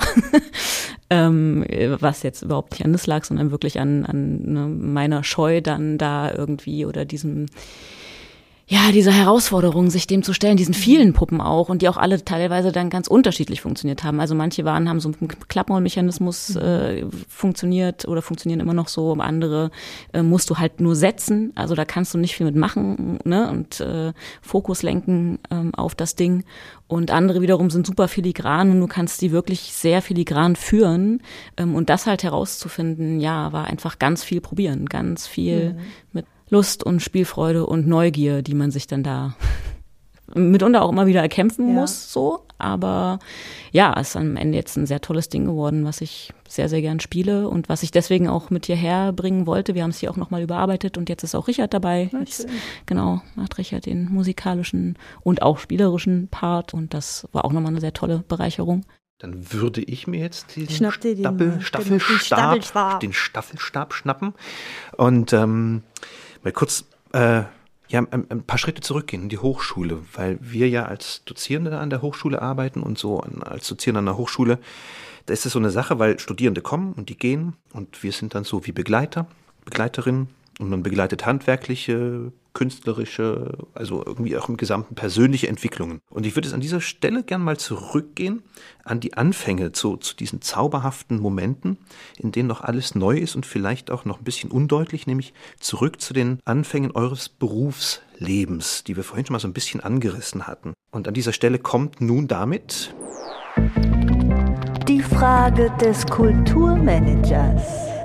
Speaker 6: Was jetzt überhaupt nicht an das lag, sondern wirklich an meiner Scheu dann da irgendwie oder diesem, diese Herausforderung, sich dem zu stellen, diesen vielen Puppen auch und die auch alle teilweise dann ganz unterschiedlich funktioniert haben. Also manche haben so einen Klappmaulmechanismus funktioniert oder funktionieren immer noch so, andere musst du halt nur setzen, also da kannst du nicht viel mitmachen, ne? Und Fokus lenken auf das Ding. Und andere wiederum sind super filigran und du kannst die wirklich sehr filigran führen. Und das halt herauszufinden, war einfach ganz viel probieren, ganz viel mit Lust und Spielfreude und Neugier, die man sich dann da mitunter auch immer wieder erkämpfen muss, so. Aber es ist am Ende jetzt ein sehr tolles Ding geworden, was ich sehr, sehr gern spiele und was ich deswegen auch mit hierher bringen wollte. Wir haben es hier auch nochmal überarbeitet und jetzt ist auch Richard dabei. Jetzt, macht Richard den musikalischen und auch spielerischen Part und das war auch nochmal eine sehr tolle Bereicherung.
Speaker 2: Dann würde ich mir jetzt den Staffelstab schnappen und mal kurz ein paar Schritte zurückgehen in die Hochschule, weil wir ja als Dozierende an der Hochschule arbeiten und so als Dozierende an der Hochschule, da ist es so eine Sache, weil Studierende kommen und die gehen und wir sind dann so wie Begleiterinnen und man begleitet handwerkliche, künstlerische, also irgendwie auch im Gesamten persönliche Entwicklungen. Und ich würde jetzt an dieser Stelle gern mal zurückgehen an die Anfänge, zu diesen zauberhaften Momenten, in denen noch alles neu ist und vielleicht auch noch ein bisschen undeutlich, nämlich zurück zu den Anfängen eures Berufslebens, die wir vorhin schon mal so ein bisschen angerissen hatten. Und an dieser Stelle kommt nun damit
Speaker 13: die Frage des Kulturmanagers.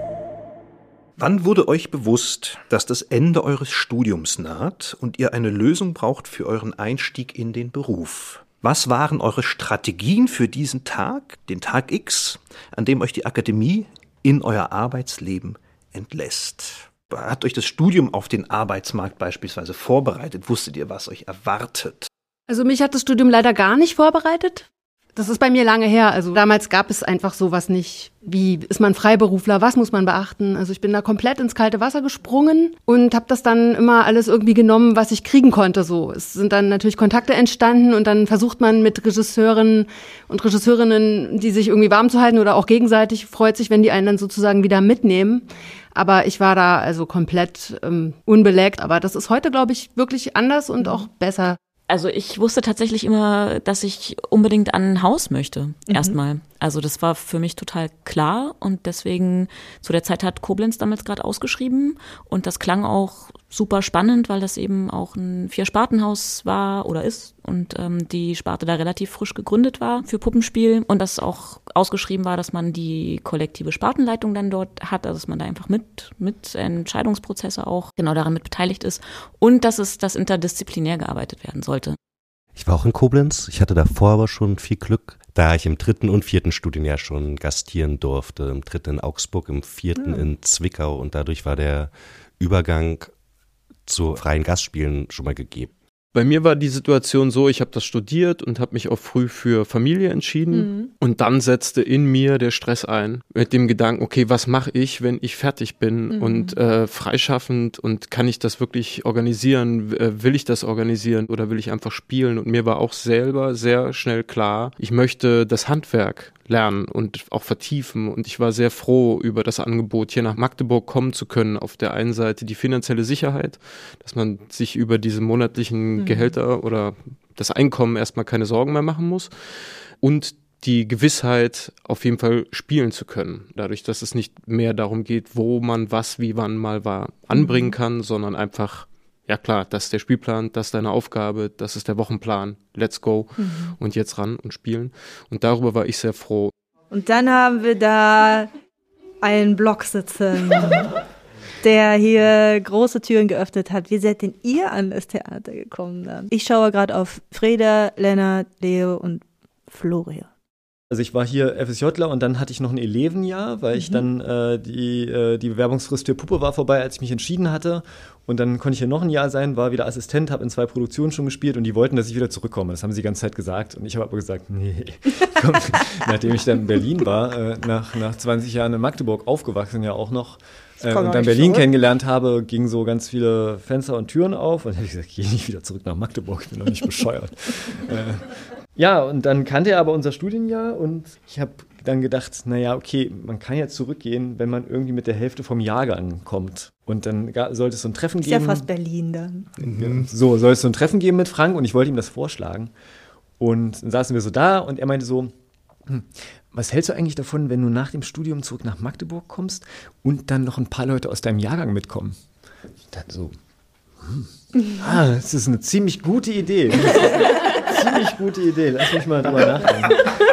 Speaker 2: Wann wurde euch bewusst, dass das Ende eures Studiums naht und ihr eine Lösung braucht für euren Einstieg in den Beruf? Was waren eure Strategien für diesen Tag, den Tag X, an dem euch die Akademie in euer Arbeitsleben entlässt? Hat euch das Studium auf den Arbeitsmarkt beispielsweise vorbereitet? Wusstet ihr, was euch erwartet?
Speaker 5: Also mich hat das Studium leider gar nicht vorbereitet. Das ist bei mir lange her. Also damals gab es einfach sowas nicht. Wie ist man Freiberufler? Was muss man beachten? Also ich bin da komplett ins kalte Wasser gesprungen und habe das dann immer alles irgendwie genommen, was ich kriegen konnte. So, es sind dann natürlich Kontakte entstanden und dann versucht man mit Regisseuren und Regisseurinnen, die sich irgendwie warm zu halten oder auch gegenseitig freut sich, wenn die einen dann sozusagen wieder mitnehmen. Aber ich war da also komplett unbeleckt. Aber das ist heute, glaube ich, wirklich anders und auch besser.
Speaker 6: Also ich wusste tatsächlich immer, dass ich unbedingt an ein Haus möchte, erstmal. Also das war für mich total klar und deswegen zu der Zeit hat Koblenz damals gerade ausgeschrieben und das klang auch super spannend, weil das eben auch ein 4-Spartenhaus war oder ist und die Sparte da relativ frisch gegründet war für Puppenspiel und das auch ausgeschrieben war, dass man die kollektive Spartenleitung dann dort hat, also dass man da einfach mit Entscheidungsprozesse auch genau daran mit beteiligt ist und dass interdisziplinär gearbeitet werden sollte.
Speaker 11: Ich war auch in Koblenz. Ich hatte davor aber schon viel Glück, da ich im 3. und 4. Studienjahr schon gastieren durfte. Im 3. in Augsburg, im 4. in Zwickau. Und dadurch war der Übergang zu freien Gastspielen schon mal gegeben.
Speaker 4: Bei mir war die Situation so, ich habe das studiert und habe mich auch früh für Familie entschieden und dann setzte in mir der Stress ein mit dem Gedanken, okay, was mache ich, wenn ich fertig bin und freischaffend und kann ich das wirklich organisieren, will ich das organisieren oder will ich einfach spielen und mir war auch selber sehr schnell klar, ich möchte das Handwerk lernen und auch vertiefen und ich war sehr froh über das Angebot, hier nach Magdeburg kommen zu können. Auf der einen Seite die finanzielle Sicherheit, dass man sich über diese monatlichen Gehälter oder das Einkommen erstmal keine Sorgen mehr machen muss und die Gewissheit, auf jeden Fall spielen zu können. Dadurch, dass es nicht mehr darum geht, wo man was, wie wann mal anbringen kann, sondern einfach ja klar, das ist der Spielplan, das ist deine Aufgabe, das ist der Wochenplan, let's go und jetzt ran und spielen. Und darüber war ich sehr froh.
Speaker 1: Und dann haben wir da einen Block sitzen, der hier große Türen geöffnet hat. Wie seid denn ihr an das Theater gekommen dann? Ich schaue gerade auf Freda, Lennart, Leo und Florian.
Speaker 9: Also ich war hier FSJler und dann hatte ich noch ein Elevenjahr, weil ich dann die Bewerbungsfrist für Puppe war vorbei, als ich mich entschieden hatte. Und dann konnte ich hier noch ein Jahr sein, war wieder Assistent, habe in 2 Produktionen schon gespielt und die wollten, dass ich wieder zurückkomme. Das haben sie die ganze Zeit gesagt und ich habe aber gesagt, nee. Nachdem ich dann in Berlin war, nach 20 Jahren in Magdeburg aufgewachsen ja auch noch, und dann Berlin kennengelernt habe, gingen so ganz viele Fenster und Türen auf und dann habe ich gesagt, ich gehe nicht wieder zurück nach Magdeburg, ich bin doch nicht bescheuert. Ja, und dann kannte er aber unser Studienjahr und ich habe dann gedacht, naja, okay, man kann ja zurückgehen, wenn man irgendwie mit der Hälfte vom Jahrgang kommt. Und dann sollte es so ein Treffen geben.
Speaker 1: Ist ja fast Berlin dann.
Speaker 9: So, soll es so ein Treffen geben mit Frank und ich wollte ihm das vorschlagen. Und dann saßen wir so da und er meinte so, was hältst du eigentlich davon, wenn du nach dem Studium zurück nach Magdeburg kommst und dann noch ein paar Leute aus deinem Jahrgang mitkommen? Dann so, das ist eine ziemlich gute Idee. Ziemlich gute Idee, lass mich mal drüber nachdenken.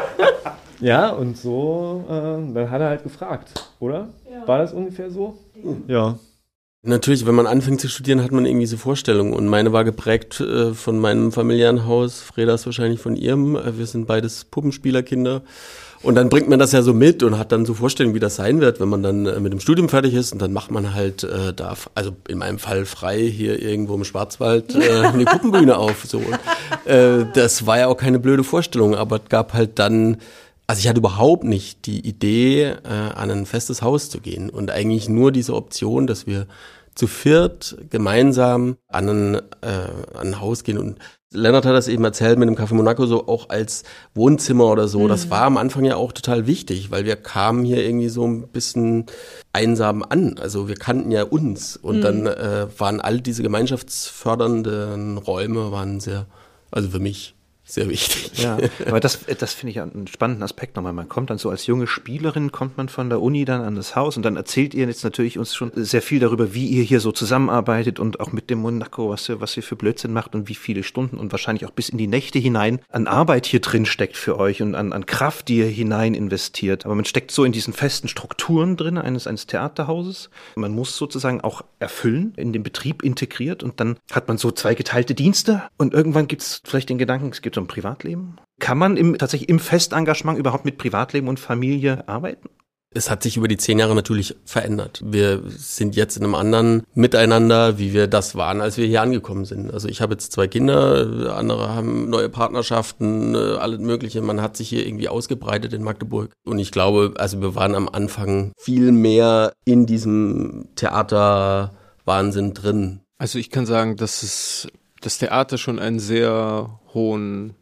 Speaker 9: Ja, und so, dann hat er halt gefragt, oder? Ja. War das ungefähr so? Ja.
Speaker 10: Natürlich, wenn man anfängt zu studieren, hat man irgendwie so Vorstellungen. Und meine war geprägt von meinem familiären Haus. Freda ist wahrscheinlich von ihrem. Wir sind beides Puppenspielerkinder. Und dann bringt man das ja so mit und hat dann so Vorstellungen, wie das sein wird, wenn man dann mit dem Studium fertig ist. Und dann macht man halt also in meinem Fall frei hier irgendwo im Schwarzwald eine Puppenbühne auf. So. Und, das war ja auch keine blöde Vorstellung, aber es gab halt dann... Also ich hatte überhaupt nicht die Idee, an ein festes Haus zu gehen und eigentlich nur diese Option, dass wir zu viert gemeinsam an ein Haus gehen. Und Lennart hat das eben erzählt mit dem Café Monaco so auch als Wohnzimmer oder so. Das war am Anfang ja auch total wichtig, weil wir kamen hier irgendwie so ein bisschen einsam an. Also wir kannten ja uns und dann waren all diese gemeinschaftsfördernden Räume waren sehr, also für mich, sehr wichtig.
Speaker 2: Ja, aber das finde ich einen spannenden Aspekt nochmal. Man kommt dann so als junge Spielerin, kommt man von der Uni dann an das Haus und dann erzählt ihr jetzt natürlich uns schon sehr viel darüber, wie ihr hier so zusammenarbeitet und auch mit dem Monaco, was ihr für Blödsinn macht und wie viele Stunden und wahrscheinlich auch bis in die Nächte hinein an Arbeit hier drin steckt für euch und an Kraft, die ihr hinein investiert. Aber man steckt so in diesen festen Strukturen drin eines Theaterhauses. Man muss sozusagen auch erfüllen, in den Betrieb integriert und dann hat man so zwei geteilte Dienste und irgendwann gibt es vielleicht den Gedanken, es gibt so ein Privatleben. Kann man tatsächlich im Festengagement überhaupt mit Privatleben und Familie arbeiten?
Speaker 10: Es hat sich über die 10 Jahre natürlich verändert. Wir sind jetzt in einem anderen Miteinander, wie wir das waren, als wir hier angekommen sind. Also ich habe jetzt 2 Kinder, andere haben neue Partnerschaften, alles Mögliche. Man hat sich hier irgendwie ausgebreitet in Magdeburg. Und ich glaube, also wir waren am Anfang viel mehr in diesem Theaterwahnsinn drin.
Speaker 4: Also ich kann sagen, dass das Theater schon eine sehr hohe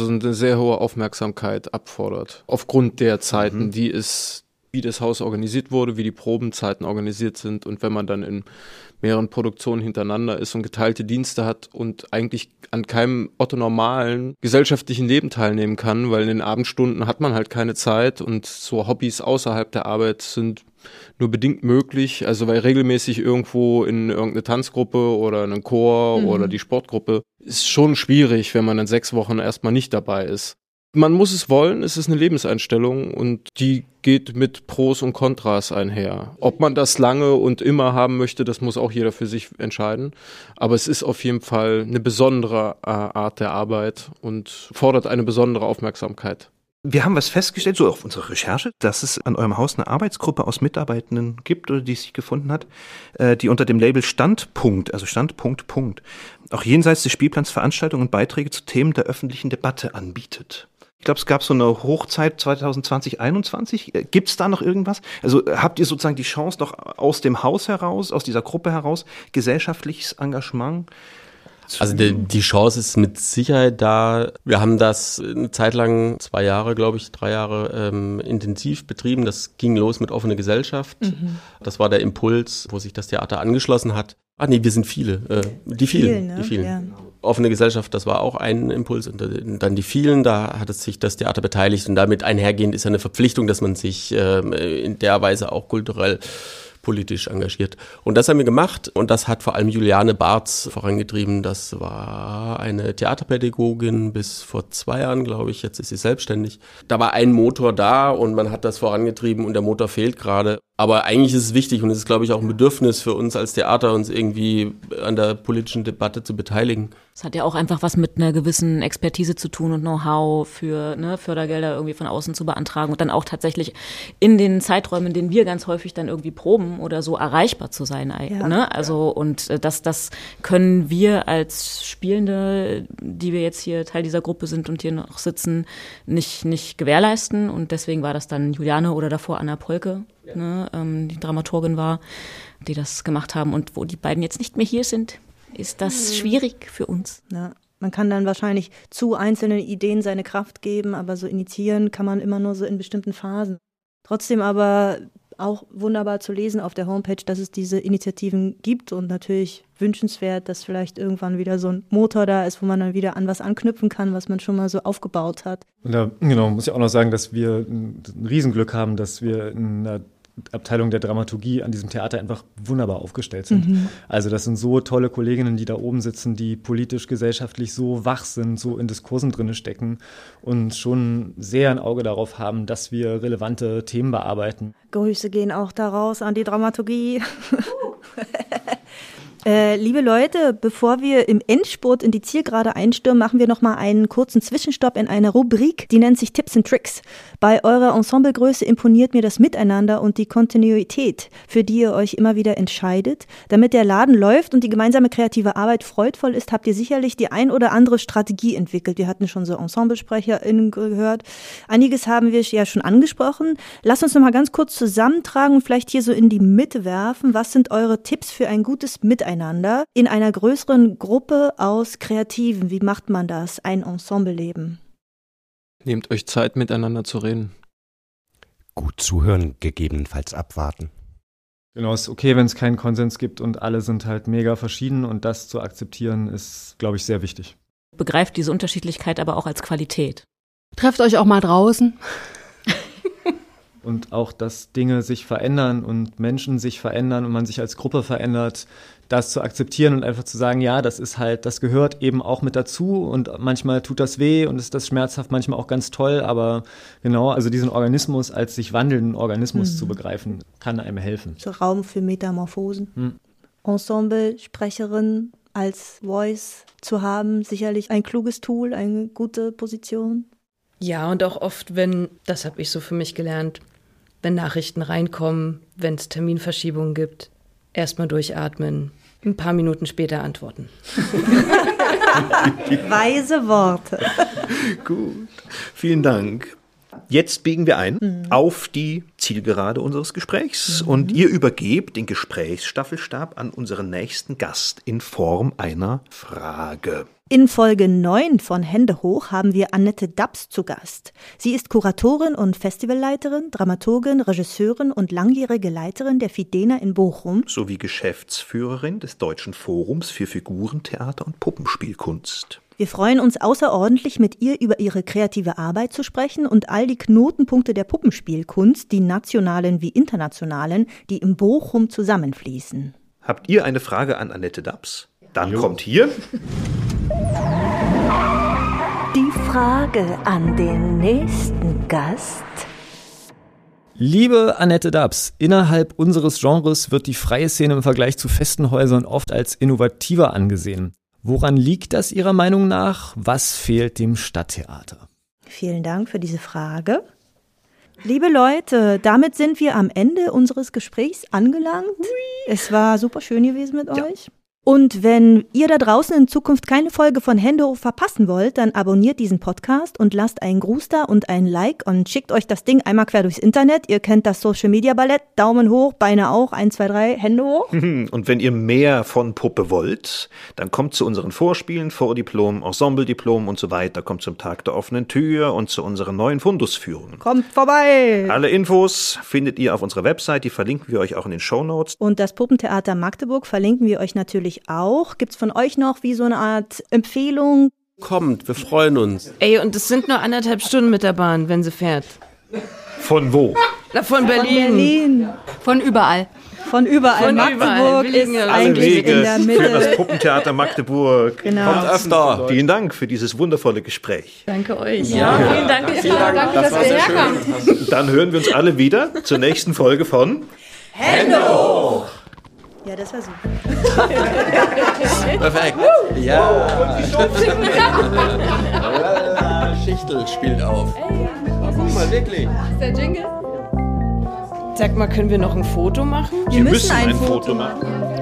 Speaker 4: Aufmerksamkeit abfordert. Aufgrund der Zeiten, wie das Haus organisiert wurde, wie die Probenzeiten organisiert sind und wenn man dann in mehreren Produktionen hintereinander ist und geteilte Dienste hat und eigentlich an keinem orthonormalen gesellschaftlichen Leben teilnehmen kann, weil in den Abendstunden hat man halt keine Zeit und so Hobbys außerhalb der Arbeit sind nur bedingt möglich, also weil regelmäßig irgendwo in irgendeine Tanzgruppe oder einen Chor oder die Sportgruppe ist schon schwierig, wenn man dann 6 Wochen erstmal nicht dabei ist. Man muss es wollen, es ist eine Lebenseinstellung und die geht mit Pros und Kontras einher. Ob man das lange und immer haben möchte, das muss auch jeder für sich entscheiden. Aber es ist auf jeden Fall eine besondere Art der Arbeit und fordert eine besondere Aufmerksamkeit.
Speaker 2: Wir haben was festgestellt, so auf unserer Recherche, dass es an eurem Haus eine Arbeitsgruppe aus Mitarbeitenden gibt oder die sich gefunden hat, die unter dem Label Standpunkt, also Standpunkt, auch jenseits des Spielplans Veranstaltungen und Beiträge zu Themen der öffentlichen Debatte anbietet. Ich glaube, es gab so eine Hochzeit 2020, 2021. Gibt es da noch irgendwas? Also habt ihr sozusagen die Chance, noch aus dem Haus heraus, aus dieser Gruppe heraus, gesellschaftliches Engagement?
Speaker 10: Also die Chance ist mit Sicherheit da. Wir haben das eine Zeit lang, 2 Jahre, glaube ich, 3 Jahre intensiv betrieben. Das ging los mit offene Gesellschaft. Das war der Impuls, wo sich das Theater angeschlossen hat. Wir sind viele. Die vielen. Ja. Offene Gesellschaft, das war auch ein Impuls. Und dann die vielen, da hat es sich das Theater beteiligt. Und damit einhergehend ist eine Verpflichtung, dass man sich in der Weise auch kulturell politisch engagiert. Und das haben wir gemacht und das hat vor allem Juliane Barz vorangetrieben. Das war eine Theaterpädagogin bis vor 2 Jahren, glaube ich. Jetzt ist sie selbstständig. Da war ein Motor da und man hat das vorangetrieben und der Motor fehlt gerade. Aber eigentlich ist es wichtig und es ist, glaube ich, auch ein Bedürfnis für uns als Theater, uns irgendwie an der politischen Debatte zu beteiligen.
Speaker 6: Es hat ja auch einfach was mit einer gewissen Expertise zu tun und Know-how für Fördergelder irgendwie von außen zu beantragen und dann auch tatsächlich in den Zeiträumen, in denen wir ganz häufig dann irgendwie proben oder so, erreichbar zu sein. Ja. Ne? Also und das können wir als Spielende, die wir jetzt hier Teil dieser Gruppe sind und hier noch sitzen, nicht gewährleisten und deswegen war das dann Juliane oder davor Anna Polke, die Dramaturgin war, die das gemacht haben und wo die beiden jetzt nicht mehr hier sind, ist das schwierig für uns.
Speaker 1: Ja. Man kann dann wahrscheinlich zu einzelnen Ideen seine Kraft geben, aber so initiieren kann man immer nur so in bestimmten Phasen. Trotzdem aber auch wunderbar zu lesen auf der Homepage, dass es diese Initiativen gibt und natürlich wünschenswert, dass vielleicht irgendwann wieder so ein Motor da ist, wo man dann wieder an was anknüpfen kann, was man schon mal so aufgebaut hat.
Speaker 9: Und da muss ich auch noch sagen, dass wir ein Riesenglück haben, dass wir in einer Abteilung der Dramaturgie an diesem Theater einfach wunderbar aufgestellt sind. Also das sind so tolle Kolleginnen, die da oben sitzen, die politisch, gesellschaftlich so wach sind, so in Diskursen drin stecken und schon sehr ein Auge darauf haben, dass wir relevante Themen bearbeiten.
Speaker 1: Grüße gehen auch da raus an die Dramaturgie. Liebe Leute, bevor wir im Endspurt in die Zielgerade einstürmen, machen wir nochmal einen kurzen Zwischenstopp in einer Rubrik, die nennt sich Tipps and Tricks. Bei eurer Ensemblegröße imponiert mir das Miteinander und die Kontinuität, für die ihr euch immer wieder entscheidet. Damit der Laden läuft und die gemeinsame kreative Arbeit freudvoll ist, habt ihr sicherlich die ein oder andere Strategie entwickelt. Wir hatten schon so EnsemblesprecherInnen gehört. Einiges haben wir ja schon angesprochen. Lasst uns nochmal ganz kurz zusammentragen und vielleicht hier so in die Mitte werfen. Was sind eure Tipps für ein gutes Miteinander in einer größeren Gruppe aus Kreativen? Wie macht man das, ein Ensembleleben?
Speaker 4: Nehmt euch Zeit, miteinander zu reden.
Speaker 11: Gut zuhören, gegebenenfalls abwarten.
Speaker 9: Genau, es ist okay, wenn es keinen Konsens gibt und alle sind halt mega verschieden und das zu akzeptieren ist, glaube ich, sehr wichtig.
Speaker 6: Begreift diese Unterschiedlichkeit aber auch als Qualität.
Speaker 5: Trefft euch auch mal draußen.
Speaker 9: Und auch, dass Dinge sich verändern und Menschen sich verändern und man sich als Gruppe verändert, das zu akzeptieren und einfach zu sagen, ja, das ist halt, das gehört eben auch mit dazu und manchmal tut das weh und ist das schmerzhaft, manchmal auch ganz toll, aber genau, also diesen Organismus als sich wandelnden Organismus zu begreifen, kann einem helfen.
Speaker 1: So Raum für Metamorphosen. Ensemble-Sprecherin als Voice zu haben, sicherlich ein kluges Tool, eine gute Position.
Speaker 7: Ja, und auch oft, das habe ich so für mich gelernt, wenn Nachrichten reinkommen, wenn es Terminverschiebungen gibt, erstmal durchatmen, ein paar Minuten später antworten.
Speaker 1: Weise Worte.
Speaker 2: Gut, vielen Dank. Jetzt biegen wir ein auf die Zielgerade unseres Gesprächs und ihr übergebt den Gesprächsstaffelstab an unseren nächsten Gast in Form einer Frage.
Speaker 1: In Folge 9 von Hände hoch haben wir Annette Dabbs zu Gast. Sie ist Kuratorin und Festivalleiterin, Dramaturgin, Regisseurin und langjährige Leiterin der Fidena in Bochum.
Speaker 2: Sowie Geschäftsführerin des Deutschen Forums für Figurentheater und Puppenspielkunst.
Speaker 1: Wir freuen uns außerordentlich, mit ihr über ihre kreative Arbeit zu sprechen und all die Knotenpunkte der Puppenspielkunst, die nationalen wie internationalen, die in Bochum zusammenfließen.
Speaker 2: Habt ihr eine Frage an Annette Dabbs? Dann kommt hier
Speaker 13: die Frage an den nächsten Gast.
Speaker 9: Liebe Annette Dabbs, innerhalb unseres Genres wird die freie Szene im Vergleich zu festen Häusern oft als innovativer angesehen. Woran liegt das Ihrer Meinung nach? Was fehlt dem Stadttheater?
Speaker 1: Vielen Dank für diese Frage. Liebe Leute, damit sind wir am Ende unseres Gesprächs angelangt. Es war super schön gewesen mit euch. Und wenn ihr da draußen in Zukunft keine Folge von Hände hoch verpassen wollt, dann abonniert diesen Podcast und lasst einen Gruß da und ein Like und schickt euch das Ding einmal quer durchs Internet. Ihr kennt das Social Media Ballett. Daumen hoch, Beine auch, 1, 2, 3, Hände hoch.
Speaker 2: Und wenn ihr mehr von Puppe wollt, dann kommt zu unseren Vorspielen, Vordiplom, Ensemblediplom und so weiter. Kommt zum Tag der offenen Tür und zu unseren neuen Fundusführungen.
Speaker 1: Kommt vorbei!
Speaker 2: Alle Infos findet ihr auf unserer Website, die verlinken wir euch auch in den Shownotes.
Speaker 1: Und das Puppentheater Magdeburg verlinken wir euch natürlich auch. Gibt's von euch noch wie so eine Art Empfehlung?
Speaker 10: Kommt, wir freuen uns.
Speaker 7: Ey, und es sind nur 1,5 Stunden mit der Bahn, wenn sie fährt.
Speaker 2: Von wo?
Speaker 7: Na, von Berlin.
Speaker 5: Von überall.
Speaker 1: Von überall.
Speaker 7: Von
Speaker 1: Magdeburg
Speaker 7: überall.
Speaker 1: ist eigentlich
Speaker 2: Wege
Speaker 1: in der
Speaker 2: für
Speaker 1: Mitte.
Speaker 2: das Puppentheater Magdeburg.
Speaker 1: Genau.
Speaker 10: Kommt öfter.
Speaker 2: Vielen Dank für dieses wundervolle Gespräch.
Speaker 7: Danke euch.
Speaker 5: Ja, vielen Dank. Danke, dass ihr herkommt.
Speaker 2: Dann hören wir uns alle wieder zur nächsten Folge von
Speaker 1: Hände hoch! Ja, das war super.
Speaker 10: Perfekt. Ja. Schichtel spielt auf. Guck mal, wirklich.
Speaker 5: Ist der Jingle?
Speaker 7: Sag mal, können wir noch ein Foto machen?
Speaker 1: Wir müssen ein Foto
Speaker 2: machen.